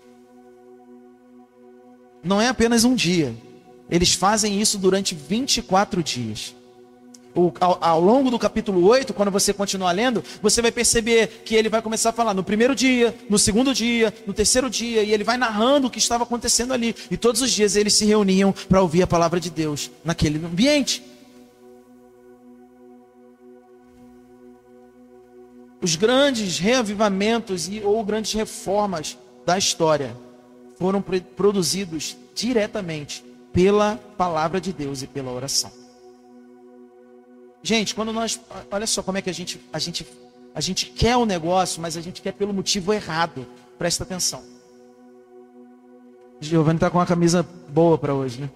Não é apenas um dia. Eles fazem isso durante 24 dias. Ao longo do capítulo 8, quando você continuar lendo, você vai perceber que ele vai começar a falar no primeiro dia, no segundo dia, no terceiro dia, e ele vai narrando o que estava acontecendo ali. E todos os dias eles se reuniam para ouvir a palavra de Deus naquele ambiente. Os grandes reavivamentos ou grandes reformas da história foram produzidos diretamente pela palavra de Deus e pela oração. Gente, olha só como é que a gente A gente quer o negócio, mas a gente quer pelo motivo errado. Presta atenção. Giovanni está com uma camisa boa para hoje, né?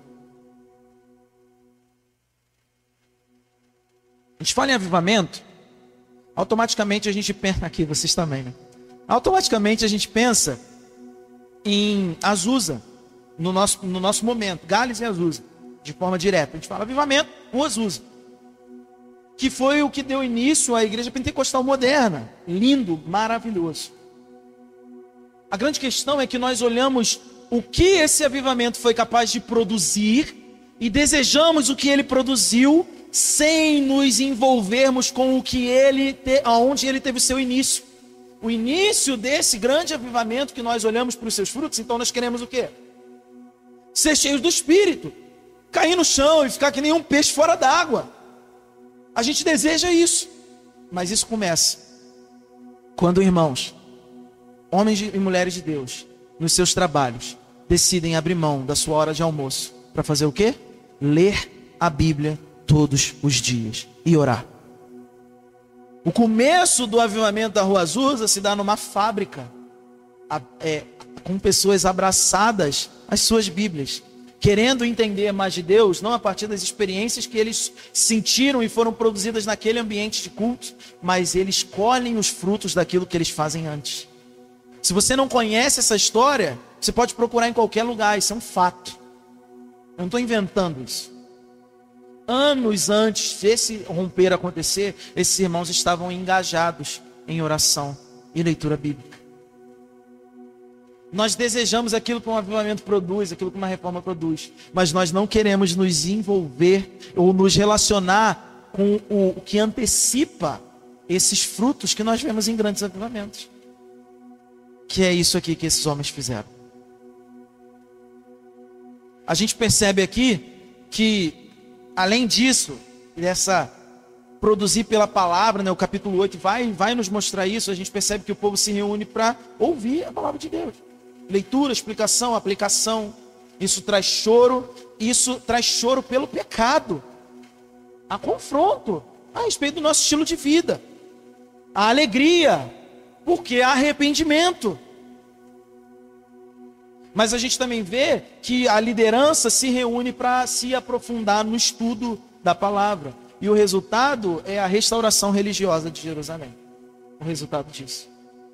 A gente fala em avivamento, automaticamente a gente pensa, aqui vocês também, né? Automaticamente a gente pensa em Azusa, no nosso momento, Gales e Azusa, de forma direta. A gente fala avivamento com Azusa, que foi o que deu início à igreja pentecostal moderna. Lindo, maravilhoso. A grande questão é que nós olhamos o que esse avivamento foi capaz de produzir e desejamos o que ele produziu, sem nos envolvermos com o que aonde ele teve o seu início. O início desse grande avivamento que nós olhamos para os seus frutos, então nós queremos o quê? Ser cheios do Espírito, cair no chão e ficar que nem um peixe fora d'água. A gente deseja isso, mas isso começa quando, irmãos, homens e mulheres de Deus, nos seus trabalhos, decidem abrir mão da sua hora de almoço para fazer o quê? Ler a Bíblia todos os dias e orar. O começo do avivamento da Rua Azusa se dá numa fábrica, com pessoas abraçadas às suas Bíblias, querendo entender mais de Deus, não a partir das experiências que eles sentiram e foram produzidas naquele ambiente de culto, mas eles colhem os frutos daquilo que eles fazem antes. Se você não conhece essa história, você pode procurar em qualquer lugar, isso é um fato. Eu não estou inventando isso. Anos antes desse romper acontecer, esses irmãos estavam engajados em oração e leitura bíblica. Nós desejamos aquilo que um avivamento produz, aquilo que uma reforma produz, mas nós não queremos nos envolver ou nos relacionar com o que antecipa esses frutos que nós vemos em grandes avivamentos. Que é isso aqui que esses homens fizeram. A gente percebe aqui que, além disso, dessa produzir pela palavra, né, o capítulo 8 vai nos mostrar isso. A gente percebe que o povo se reúne para ouvir a palavra de Deus. Leitura, explicação, aplicação. Isso traz choro pelo pecado. Há confronto a respeito do nosso estilo de vida. A alegria, porque há arrependimento. Mas a gente também vê que a liderança se reúne para se aprofundar no estudo da palavra. E o resultado é a restauração religiosa de Jerusalém. O resultado disso.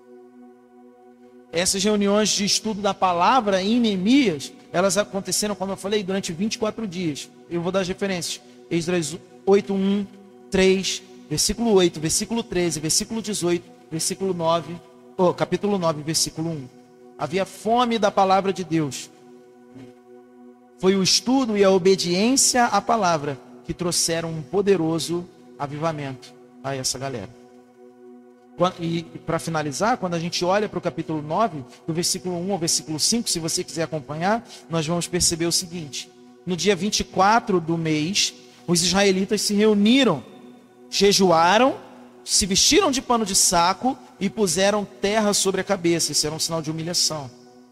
Essas reuniões de estudo da palavra em Neemias, elas aconteceram, como eu falei, durante 24 dias. Eu vou dar as referências. Esdras 8, 1, 3, versículo 8, versículo 13, versículo 18, versículo 9, capítulo 9, versículo 1. Havia fome da palavra de Deus. Foi o estudo e a obediência à palavra que trouxeram um poderoso avivamento a essa galera. E para finalizar, quando a gente olha para o capítulo 9, do versículo 1 ao versículo 5, se você quiser acompanhar, nós vamos perceber o seguinte: no dia 24 do mês, os israelitas se reuniram, jejuaram, se vestiram de pano de saco e puseram terra sobre a cabeça. Isso era um sinal de humilhação.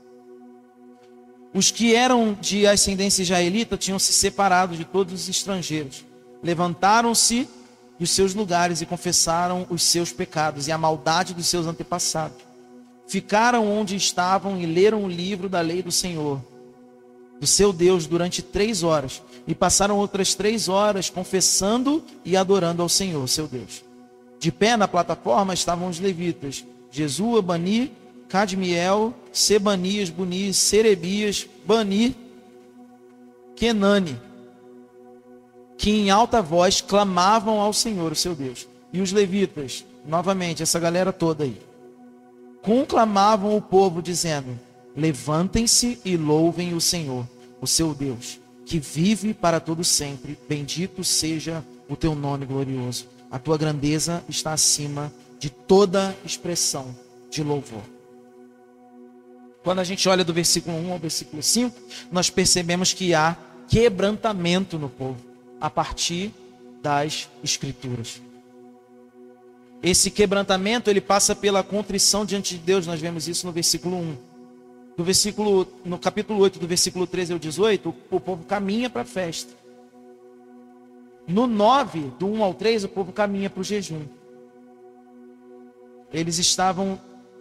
Os que eram de ascendência israelita tinham se separado de todos os estrangeiros. Levantaram-se dos seus lugares e confessaram os seus pecados e a maldade dos seus antepassados. Ficaram onde estavam e leram o livro da lei do Senhor, do seu Deus, durante 3 horas. E passaram outras 3 horas confessando e adorando ao Senhor, seu Deus. De pé na plataforma estavam os levitas: Jesua, Bani, Cadmiel, Sebanias, Buni, Serebias, Bani, Kenani, que em alta voz clamavam ao Senhor, o seu Deus. E os levitas, novamente, essa galera toda aí, conclamavam o povo dizendo: levantem-se e louvem o Senhor, o seu Deus, que vive para todo sempre. Bendito seja o teu nome glorioso. A tua grandeza está acima de toda expressão de louvor. Quando a gente olha do versículo 1 ao versículo 5, nós percebemos que há quebrantamento no povo, a partir das Escrituras. Esse quebrantamento, ele passa pela contrição diante de Deus. Nós vemos isso no versículo 1. No capítulo 8, do versículo 13 ao 18, o povo caminha para a festa. No 9, do 1 ao 3, o povo caminha para o jejum. Eles estavam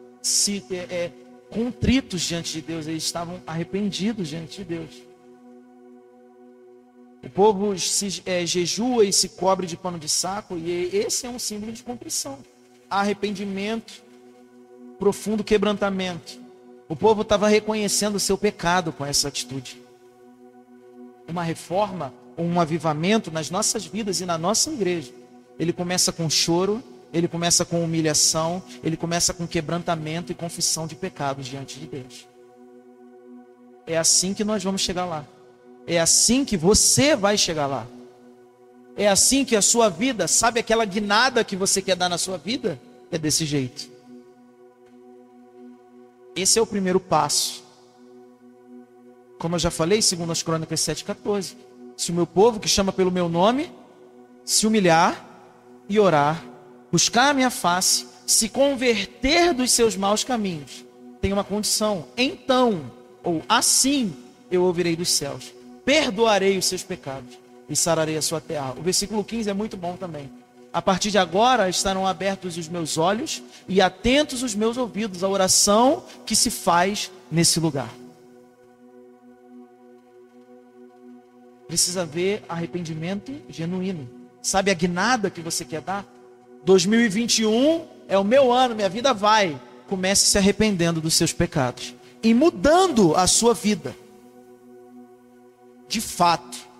contritos diante de Deus, eles estavam arrependidos diante de Deus. O povo jejua e se cobre de pano de saco, e esse é um símbolo de contrição, arrependimento, profundo quebrantamento. O povo estava reconhecendo o seu pecado com essa atitude. Uma reforma, um avivamento nas nossas vidas e na nossa igreja, ele começa com choro, ele começa com humilhação, ele começa com quebrantamento e confissão de pecados diante de Deus. É assim que nós vamos chegar lá. É assim que você vai chegar lá. É assim que a sua vida, sabe aquela guinada que você quer dar na sua vida? É desse jeito. Esse é o primeiro passo. Como eu já falei, segundo as Crônicas 7,14. Se o meu povo, que chama pelo meu nome, se humilhar e orar, buscar a minha face, se converter dos seus maus caminhos, tem uma condição. Então, ou assim, eu ouvirei dos céus, perdoarei os seus pecados e sararei a sua terra. O versículo 15 é muito bom também. A partir de agora estarão abertos os meus olhos e atentos os meus ouvidos à oração que se faz nesse lugar. Precisa haver arrependimento genuíno. Sabe a guinada que você quer dar? 2021 é o meu ano, minha vida vai. Comece se arrependendo dos seus pecados e mudando a sua vida. De fato.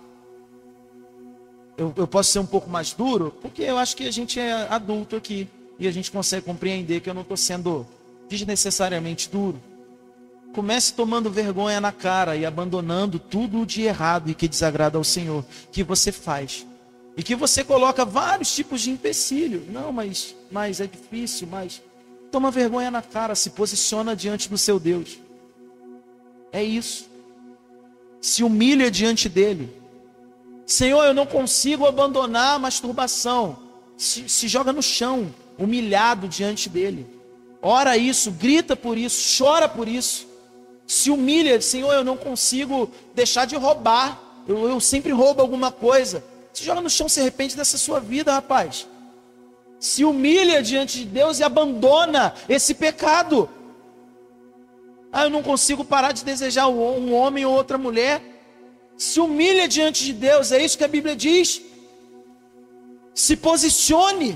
Eu posso ser um pouco mais duro, porque eu acho que a gente é adulto aqui. E a gente consegue compreender que eu não estou sendo desnecessariamente duro. Comece tomando vergonha na cara e abandonando tudo de errado e que desagrada ao Senhor, que você faz. E que você coloca vários tipos de empecilho. Não, mas é difícil, mas... Toma vergonha na cara, se posiciona diante do seu Deus. É isso. Se humilha diante dele. Senhor, eu não consigo abandonar a masturbação. Se joga no chão, humilhado diante dele. Ora isso, grita por isso, chora por isso. Se humilha, Senhor, eu não consigo deixar de roubar. Eu sempre roubo alguma coisa. Se joga no chão, se arrepende dessa sua vida, rapaz. Se humilha diante de Deus e abandona esse pecado. Eu não consigo parar de desejar um homem ou outra mulher. Se humilha diante de Deus, é isso que a Bíblia diz. Se posicione.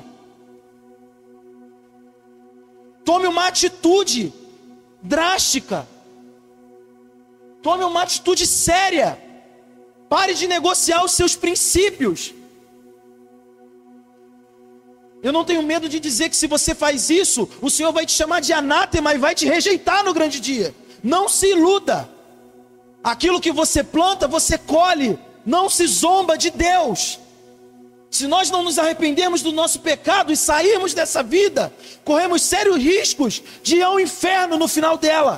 Tome uma atitude drástica. Tome uma atitude séria. Pare de negociar os seus princípios. Eu não tenho medo de dizer que se você faz isso, o Senhor vai te chamar de anátema e vai te rejeitar no grande dia. Não se iluda. Aquilo que você planta, você colhe. Não se zomba de Deus. Se nós não nos arrependermos do nosso pecado e sairmos dessa vida, corremos sérios riscos de ir ao inferno no final dela.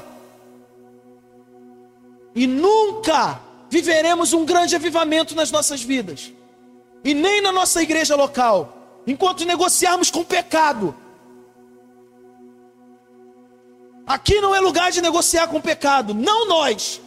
E nunca viveremos um grande avivamento nas nossas vidas. E nem na nossa igreja local, enquanto negociarmos com o pecado. Aqui não é lugar de negociar com o pecado, não nós.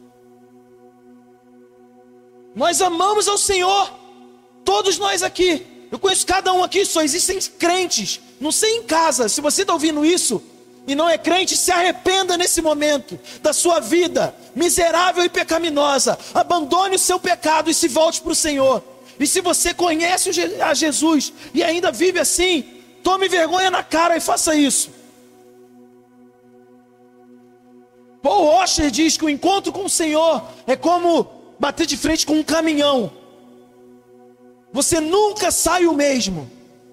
Nós amamos ao Senhor, todos nós aqui. Eu conheço cada um aqui, só existem crentes. Não sei em casa, se você está ouvindo isso e não é crente, se arrependa nesse momento da sua vida miserável e pecaminosa. Abandone o seu pecado e se volte para o Senhor. E se você conhece a Jesus e ainda vive assim, tome vergonha na cara e faça isso. Paul Washer diz que o encontro com o Senhor é como bater de frente com um caminhão. Você nunca sai o mesmo.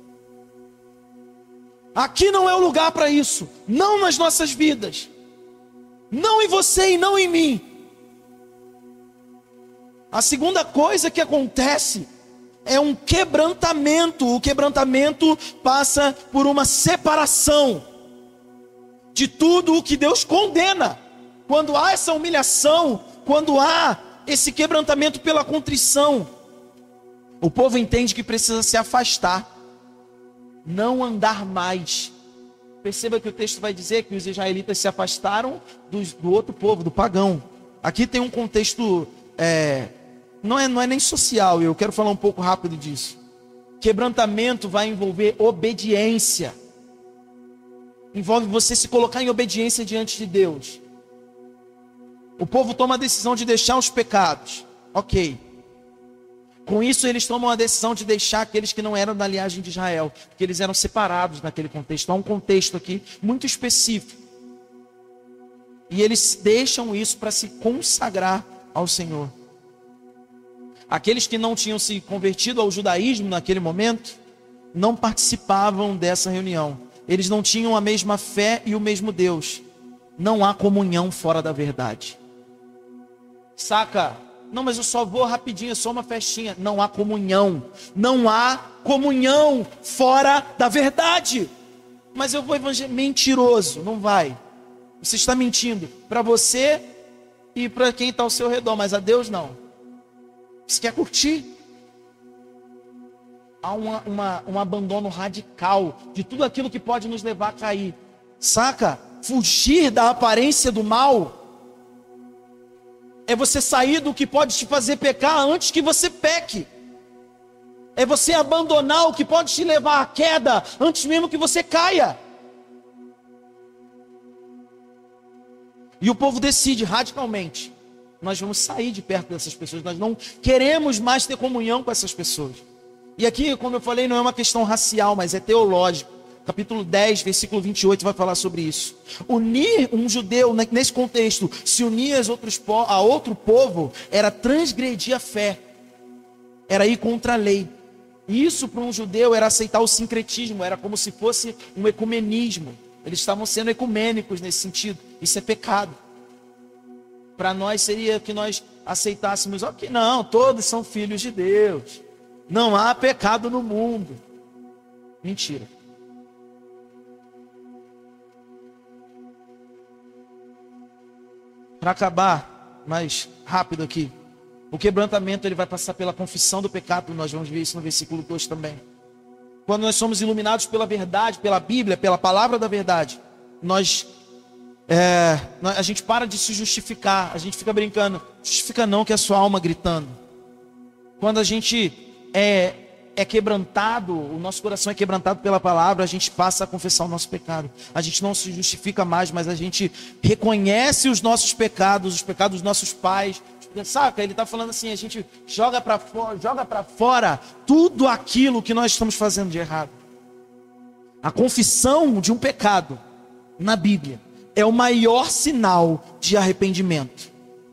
Aqui não é o lugar para isso. Não nas nossas vidas. Não em você e não em mim. A segunda coisa que acontece é um quebrantamento. O quebrantamento passa por uma separação de tudo o que Deus condena. Quando há essa humilhação, quando há esse quebrantamento pela contrição, o povo entende que precisa se afastar, não andar mais. Perceba que o texto vai dizer que os israelitas se afastaram do outro povo, do pagão. Aqui tem um contexto, não é nem social, eu quero falar um pouco rápido disso. Quebrantamento vai envolver obediência. envolve você se colocar em obediência diante de Deus. O povo toma a decisão de deixar os pecados. Ok. Com isso, eles tomam a decisão de deixar aqueles que não eram da linhagem de Israel, porque eles eram separados naquele contexto. Há um contexto aqui muito específico. E eles deixam isso para se consagrar ao Senhor. Aqueles que não tinham se convertido ao judaísmo naquele momento, não participavam dessa reunião. Eles não tinham a mesma fé e o mesmo Deus. Não há comunhão fora da verdade. Saca? Não, mas eu só vou rapidinho, é só uma festinha. Não há comunhão. Não há comunhão fora da verdade. Mas eu vou evangelizar. Mentiroso, não vai. Você está mentindo para você e para quem está ao seu redor, mas a Deus não. Você quer curtir? Há um abandono radical de tudo aquilo que pode nos levar a cair. Saca? Fugir da aparência do mal é você sair do que pode te fazer pecar antes que você peque. É você abandonar o que pode te levar à queda antes mesmo que você caia. E o povo decide radicalmente: nós vamos sair de perto dessas pessoas, nós não queremos mais ter comunhão com essas pessoas. E aqui, como eu falei, não é uma questão racial, mas é teológico. Capítulo 10, versículo 28 vai falar sobre isso. Unir um judeu, nesse contexto, se unir a outro povo, era transgredir a fé. Era ir contra a lei. E isso para um judeu era aceitar o sincretismo, era como se fosse um ecumenismo. Eles estavam sendo ecumênicos nesse sentido. Isso é pecado. Para nós seria que nós aceitássemos, ok, não, todos são filhos de Deus. Não há pecado no mundo. Mentira. Para acabar mais rápido aqui, o quebrantamento ele vai passar pela confissão do pecado. Nós vamos ver isso no versículo 2 também. Quando nós somos iluminados pela verdade, pela Bíblia, pela palavra da verdade, a gente para de se justificar. A gente fica brincando, justifica não, que é a sua alma gritando. Quando a gente é quebrantado, o nosso coração é quebrantado pela palavra, a gente passa a confessar o nosso pecado. A gente não se justifica mais, mas a gente reconhece os nossos pecados, os pecados dos nossos pais. Saca? Ele está falando assim, a gente joga para fora tudo aquilo que nós estamos fazendo de errado. A confissão de um pecado na Bíblia é o maior sinal de arrependimento.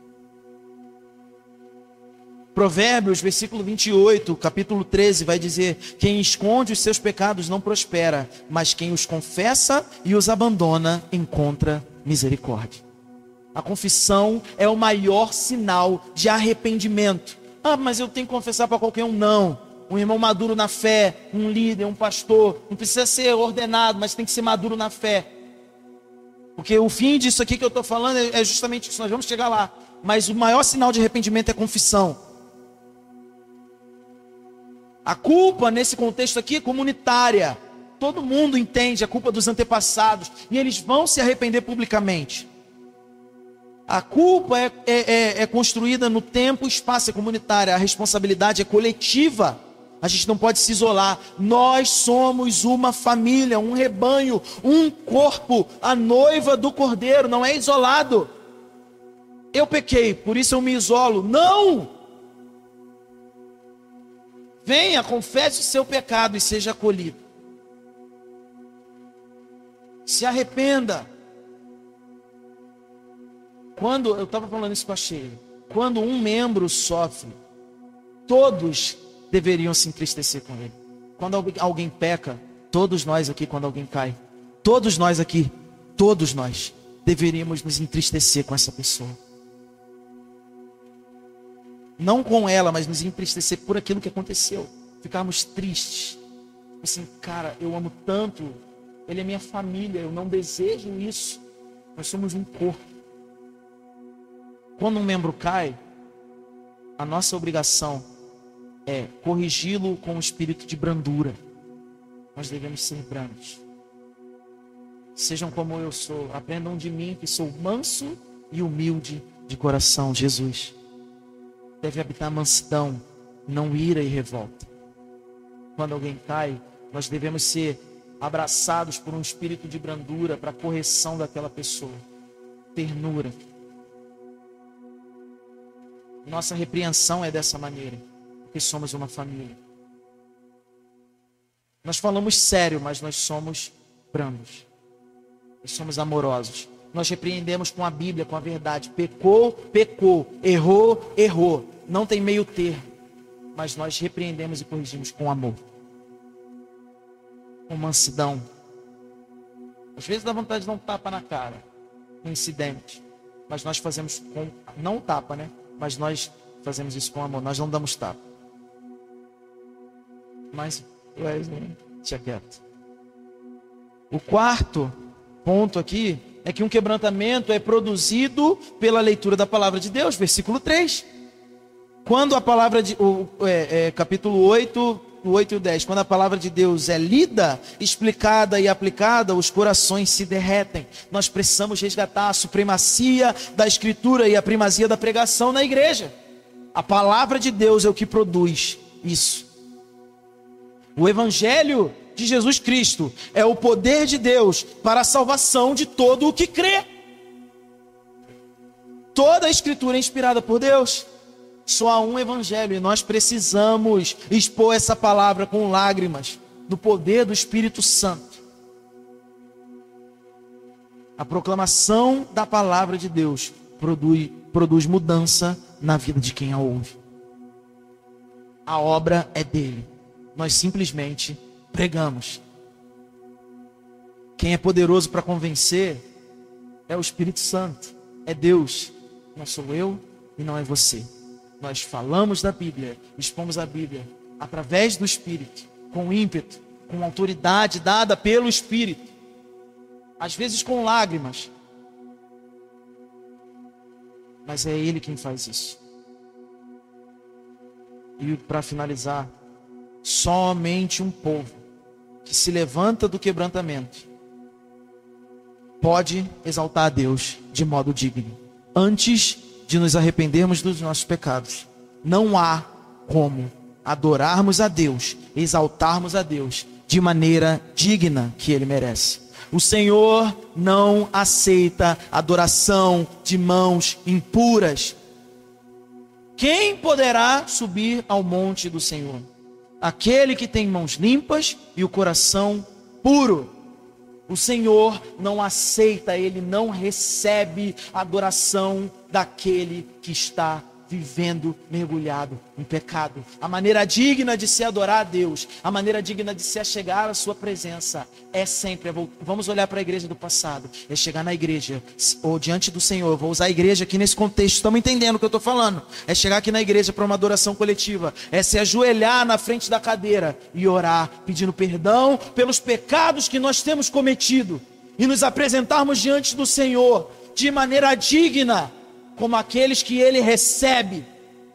Provérbios, versículo 28, capítulo 13, vai dizer: quem esconde os seus pecados não prospera, mas quem os confessa e os abandona encontra misericórdia. A confissão é o maior sinal de arrependimento. Ah, mas eu tenho que confessar para qualquer um? Não. Um irmão maduro na fé, um líder, um pastor, não precisa ser ordenado, mas tem que ser maduro na fé. Porque o fim disso aqui que eu estou falando é justamente isso, nós vamos chegar lá. Mas o maior sinal de arrependimento é confissão. A culpa nesse contexto aqui é comunitária. Todo mundo entende a culpa dos antepassados e eles vão se arrepender publicamente. A culpa é construída no tempo e espaço, é comunitária. A responsabilidade é coletiva. A gente não pode se isolar. Nós somos uma família, um rebanho, um corpo. A noiva do Cordeiro não é isolado. Eu pequei, por isso eu me isolo. Não! Venha, confesse o seu pecado e seja acolhido. Se arrependa. Quando, eu estava falando isso com a Sheila, quando um membro sofre, todos deveriam se entristecer com ele. Quando alguém peca, todos nós aqui, quando alguém cai, todos nós aqui, todos nós deveríamos nos entristecer com essa pessoa. Não com ela, mas nos entristecer por aquilo que aconteceu. Ficarmos tristes. Assim, cara, eu amo tanto, ele é minha família, eu não desejo isso. Nós somos um corpo. Quando um membro cai, a nossa obrigação é corrigi-lo com um espírito de brandura. Nós devemos ser brandos. Sejam como eu sou, aprendam de mim que sou manso e humilde de coração. Jesus deve habitar mansidão, não ira e revolta. Quando alguém cai, nós devemos ser abraçados por um espírito de brandura para a correção daquela pessoa. Ternura. Nossa repreensão é dessa maneira, porque somos uma família. Nós falamos sério, mas nós somos brandos. Nós somos amorosos. Nós repreendemos com a Bíblia, com a verdade. Pecou, pecou. Errou, errou. Não tem meio termo. Mas nós repreendemos e corrigimos com amor. Com mansidão. Às vezes dá vontade de dar um tapa na cara. Um incidente. Mas nós fazemos com... Não tapa, né? Mas nós fazemos isso com amor. Nós não damos tapa. Mas... Deixa quieto. O quarto ponto aqui é que um quebrantamento é produzido pela leitura da palavra de Deus, versículo 3. Quando a palavra de capítulo 8, o 8 e o 10, quando a palavra de Deus é lida, explicada e aplicada, os corações se derretem. Nós precisamos resgatar a supremacia da escritura e a primazia da pregação na igreja. A palavra de Deus é o que produz isso. O Evangelho de Jesus Cristo é o poder de Deus para a salvação de todo o que crê. Toda a Escritura é inspirada por Deus. Só há um Evangelho e nós precisamos expor essa palavra com lágrimas no poder do Espírito Santo. A proclamação da palavra de Deus produz mudança na vida de quem a ouve. A obra é dele. Nós simplesmente pregamos. Quem é poderoso para convencer é o Espírito Santo, é Deus. Não sou eu e não é você. Nós falamos da Bíblia, expomos a Bíblia através do Espírito, com ímpeto, com autoridade dada pelo Espírito, às vezes com lágrimas, mas é Ele quem faz isso. E para finalizar, somente um povo que se levanta do quebrantamento pode exaltar a Deus de modo digno. Antes de nos arrependermos dos nossos pecados, não há como adorarmos a Deus, exaltarmos a Deus de maneira digna que Ele merece. O Senhor não aceita adoração de mãos impuras. Quem poderá subir ao monte do Senhor? Aquele que tem mãos limpas e o coração puro. O Senhor não aceita, Ele não recebe a adoração daquele que está vivendo mergulhado em pecado. A maneira digna de se adorar a Deus, a maneira digna de se achegar à sua presença é sempre, vamos olhar para a igreja do passado, é chegar na igreja, ou diante do Senhor. Eu vou usar a igreja aqui nesse contexto, estamos entendendo o que eu estou falando? É chegar aqui na igreja para uma adoração coletiva, é se ajoelhar na frente da cadeira e orar, pedindo perdão pelos pecados que nós temos cometido e nos apresentarmos diante do Senhor de maneira digna, como aqueles que Ele recebe.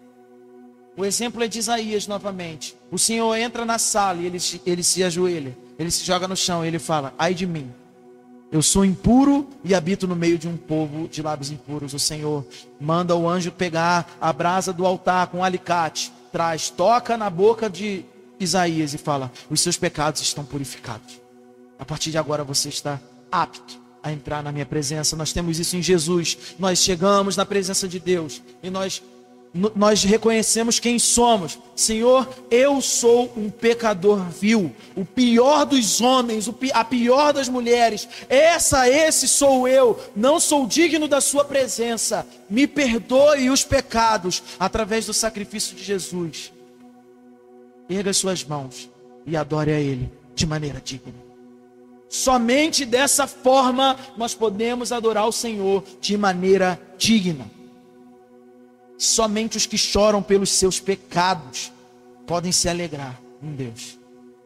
O exemplo é de Isaías novamente. O Senhor entra na sala e ele se ajoelha, ele se joga no chão e ele fala: ai de mim, eu sou impuro e habito no meio de um povo de lábios impuros. O Senhor manda o anjo pegar a brasa do altar com um alicate, toca na boca de Isaías e fala: os seus pecados estão purificados. A partir de agora você está apto a entrar na minha presença. Nós temos isso em Jesus. Nós chegamos na presença de Deus e nós reconhecemos quem somos. Senhor, eu sou um pecador vil, o pior dos homens, a pior das mulheres. Esse sou eu. Não sou digno da sua presença. Me perdoe os pecados através do sacrifício de Jesus. Erga as suas mãos e adore a Ele de maneira digna. Somente dessa forma nós podemos adorar o Senhor de maneira digna. Somente os que choram pelos seus pecados podem se alegrar em Deus.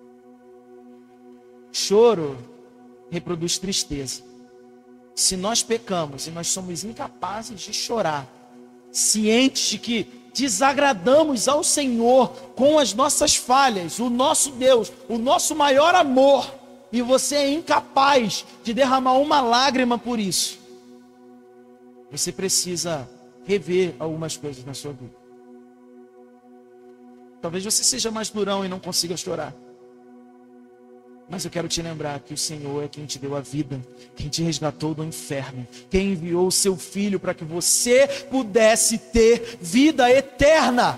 Choro reproduz tristeza. Se nós pecamos e nós somos incapazes de chorar, cientes de que desagradamos ao Senhor com as nossas falhas, o nosso Deus, o nosso maior amor, e você é incapaz de derramar uma lágrima por isso, você precisa rever algumas coisas na sua vida. Talvez você seja mais durão e não consiga chorar. Mas eu quero te lembrar que o Senhor é quem te deu a vida, quem te resgatou do inferno, quem enviou o seu Filho para que você pudesse ter vida eterna.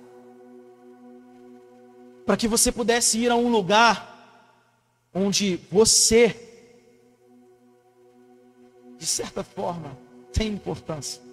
Para que você pudesse ir a um lugar onde você, de certa forma, tem importância.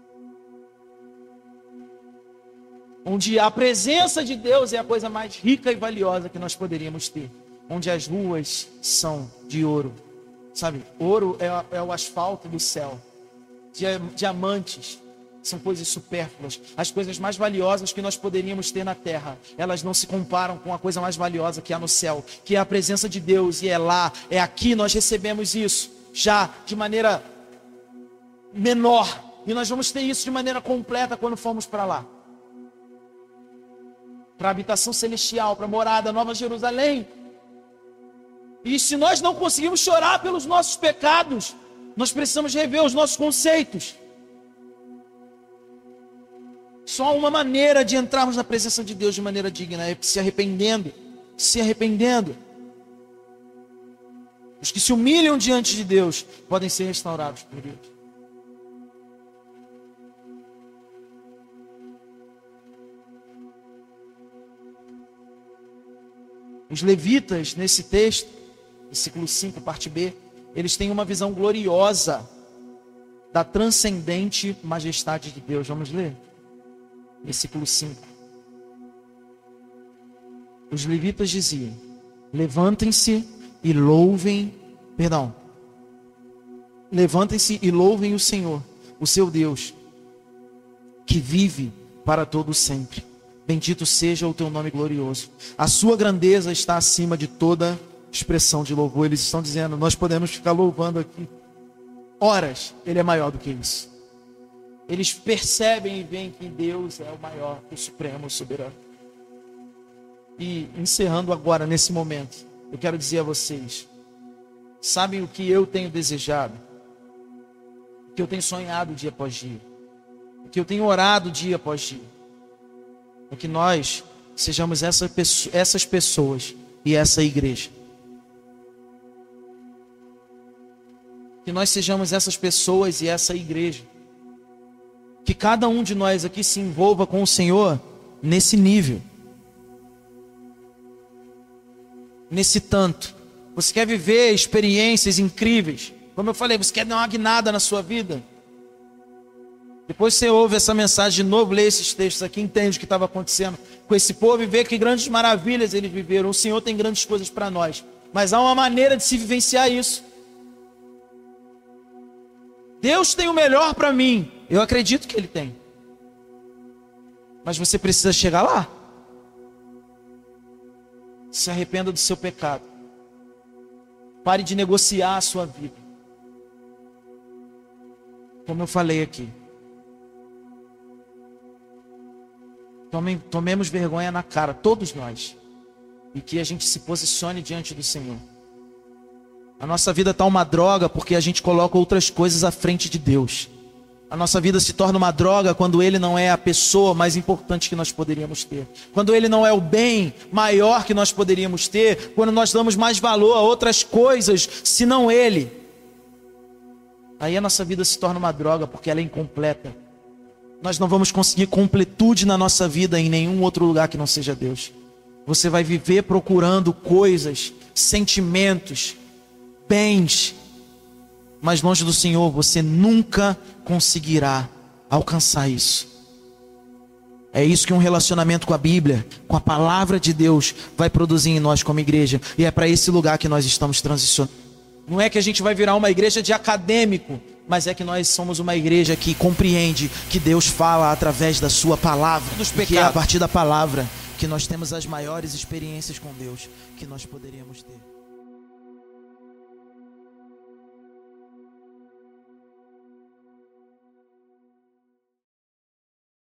Onde a presença de Deus é a coisa mais rica e valiosa que nós poderíamos ter. Onde as ruas são de ouro. Sabe, ouro é o asfalto do céu. Diamantes são coisas supérfluas. As coisas mais valiosas que nós poderíamos ter na terra, elas não se comparam com a coisa mais valiosa que há no céu, que é a presença de Deus. E é lá, é aqui, nós recebemos isso, já de maneira menor. E nós vamos ter isso de maneira completa quando formos para lá. Para a habitação celestial, para a morada, Nova Jerusalém. E se nós não conseguimos chorar pelos nossos pecados, nós precisamos rever os nossos conceitos. Só uma maneira de entrarmos na presença de Deus de maneira digna é se arrependendo. Se arrependendo. Os que se humilham diante de Deus podem ser restaurados por Deus. Os levitas, nesse texto, versículo 5, parte B, eles têm uma visão gloriosa da transcendente majestade de Deus. Vamos ler? Versículo 5. Os levitas diziam: levantem-se e louvem o Senhor, o seu Deus, que vive para todo sempre. Bendito seja o teu nome glorioso. A sua grandeza está acima de toda expressão de louvor. Eles estão dizendo, nós podemos ficar louvando aqui horas. Ele é maior do que isso. Eles percebem e veem que Deus é o maior, o supremo, o soberano. E encerrando agora, nesse momento, eu quero dizer a vocês, sabem o que eu tenho desejado? O que eu tenho sonhado dia após dia? O que eu tenho orado dia após dia? É que nós sejamos essas pessoas e essa igreja. Que nós sejamos essas pessoas e essa igreja. Que cada um de nós aqui se envolva com o Senhor nesse nível. Nesse tanto. Você quer viver experiências incríveis? Como eu falei, você quer dar uma guinada na sua vida? Depois você ouve essa mensagem de novo, lê esses textos aqui, entende o que estava acontecendo com esse povo e vê que grandes maravilhas eles viveram. O Senhor tem grandes coisas para nós, mas há uma maneira de se vivenciar isso. Deus tem o melhor para mim, eu acredito que Ele tem, mas você precisa chegar lá. Se arrependa do seu pecado, pare de negociar a sua vida. Como eu falei aqui, tomemos vergonha na cara, todos nós, e que a gente se posicione diante do Senhor. A nossa vida está uma droga porque a gente coloca outras coisas à frente de Deus. A nossa vida se torna uma droga quando Ele não é a pessoa mais importante que nós poderíamos ter, quando Ele não é o bem maior que nós poderíamos ter, quando nós damos mais valor a outras coisas senão Ele. Aí a nossa vida se torna uma droga porque ela é incompleta. Nós não vamos conseguir completude na nossa vida em nenhum outro lugar que não seja Deus. Você vai viver procurando coisas, sentimentos, bens, mas longe do Senhor você nunca conseguirá alcançar isso. É isso que um relacionamento com a Bíblia, com a palavra de Deus, vai produzir em nós como igreja. E é para esse lugar que nós estamos transicionando. Não é que a gente vai virar uma igreja de acadêmico, mas é que nós somos uma igreja que compreende que Deus fala através da sua palavra, que é a partir da palavra que nós temos as maiores experiências com Deus que nós poderíamos ter.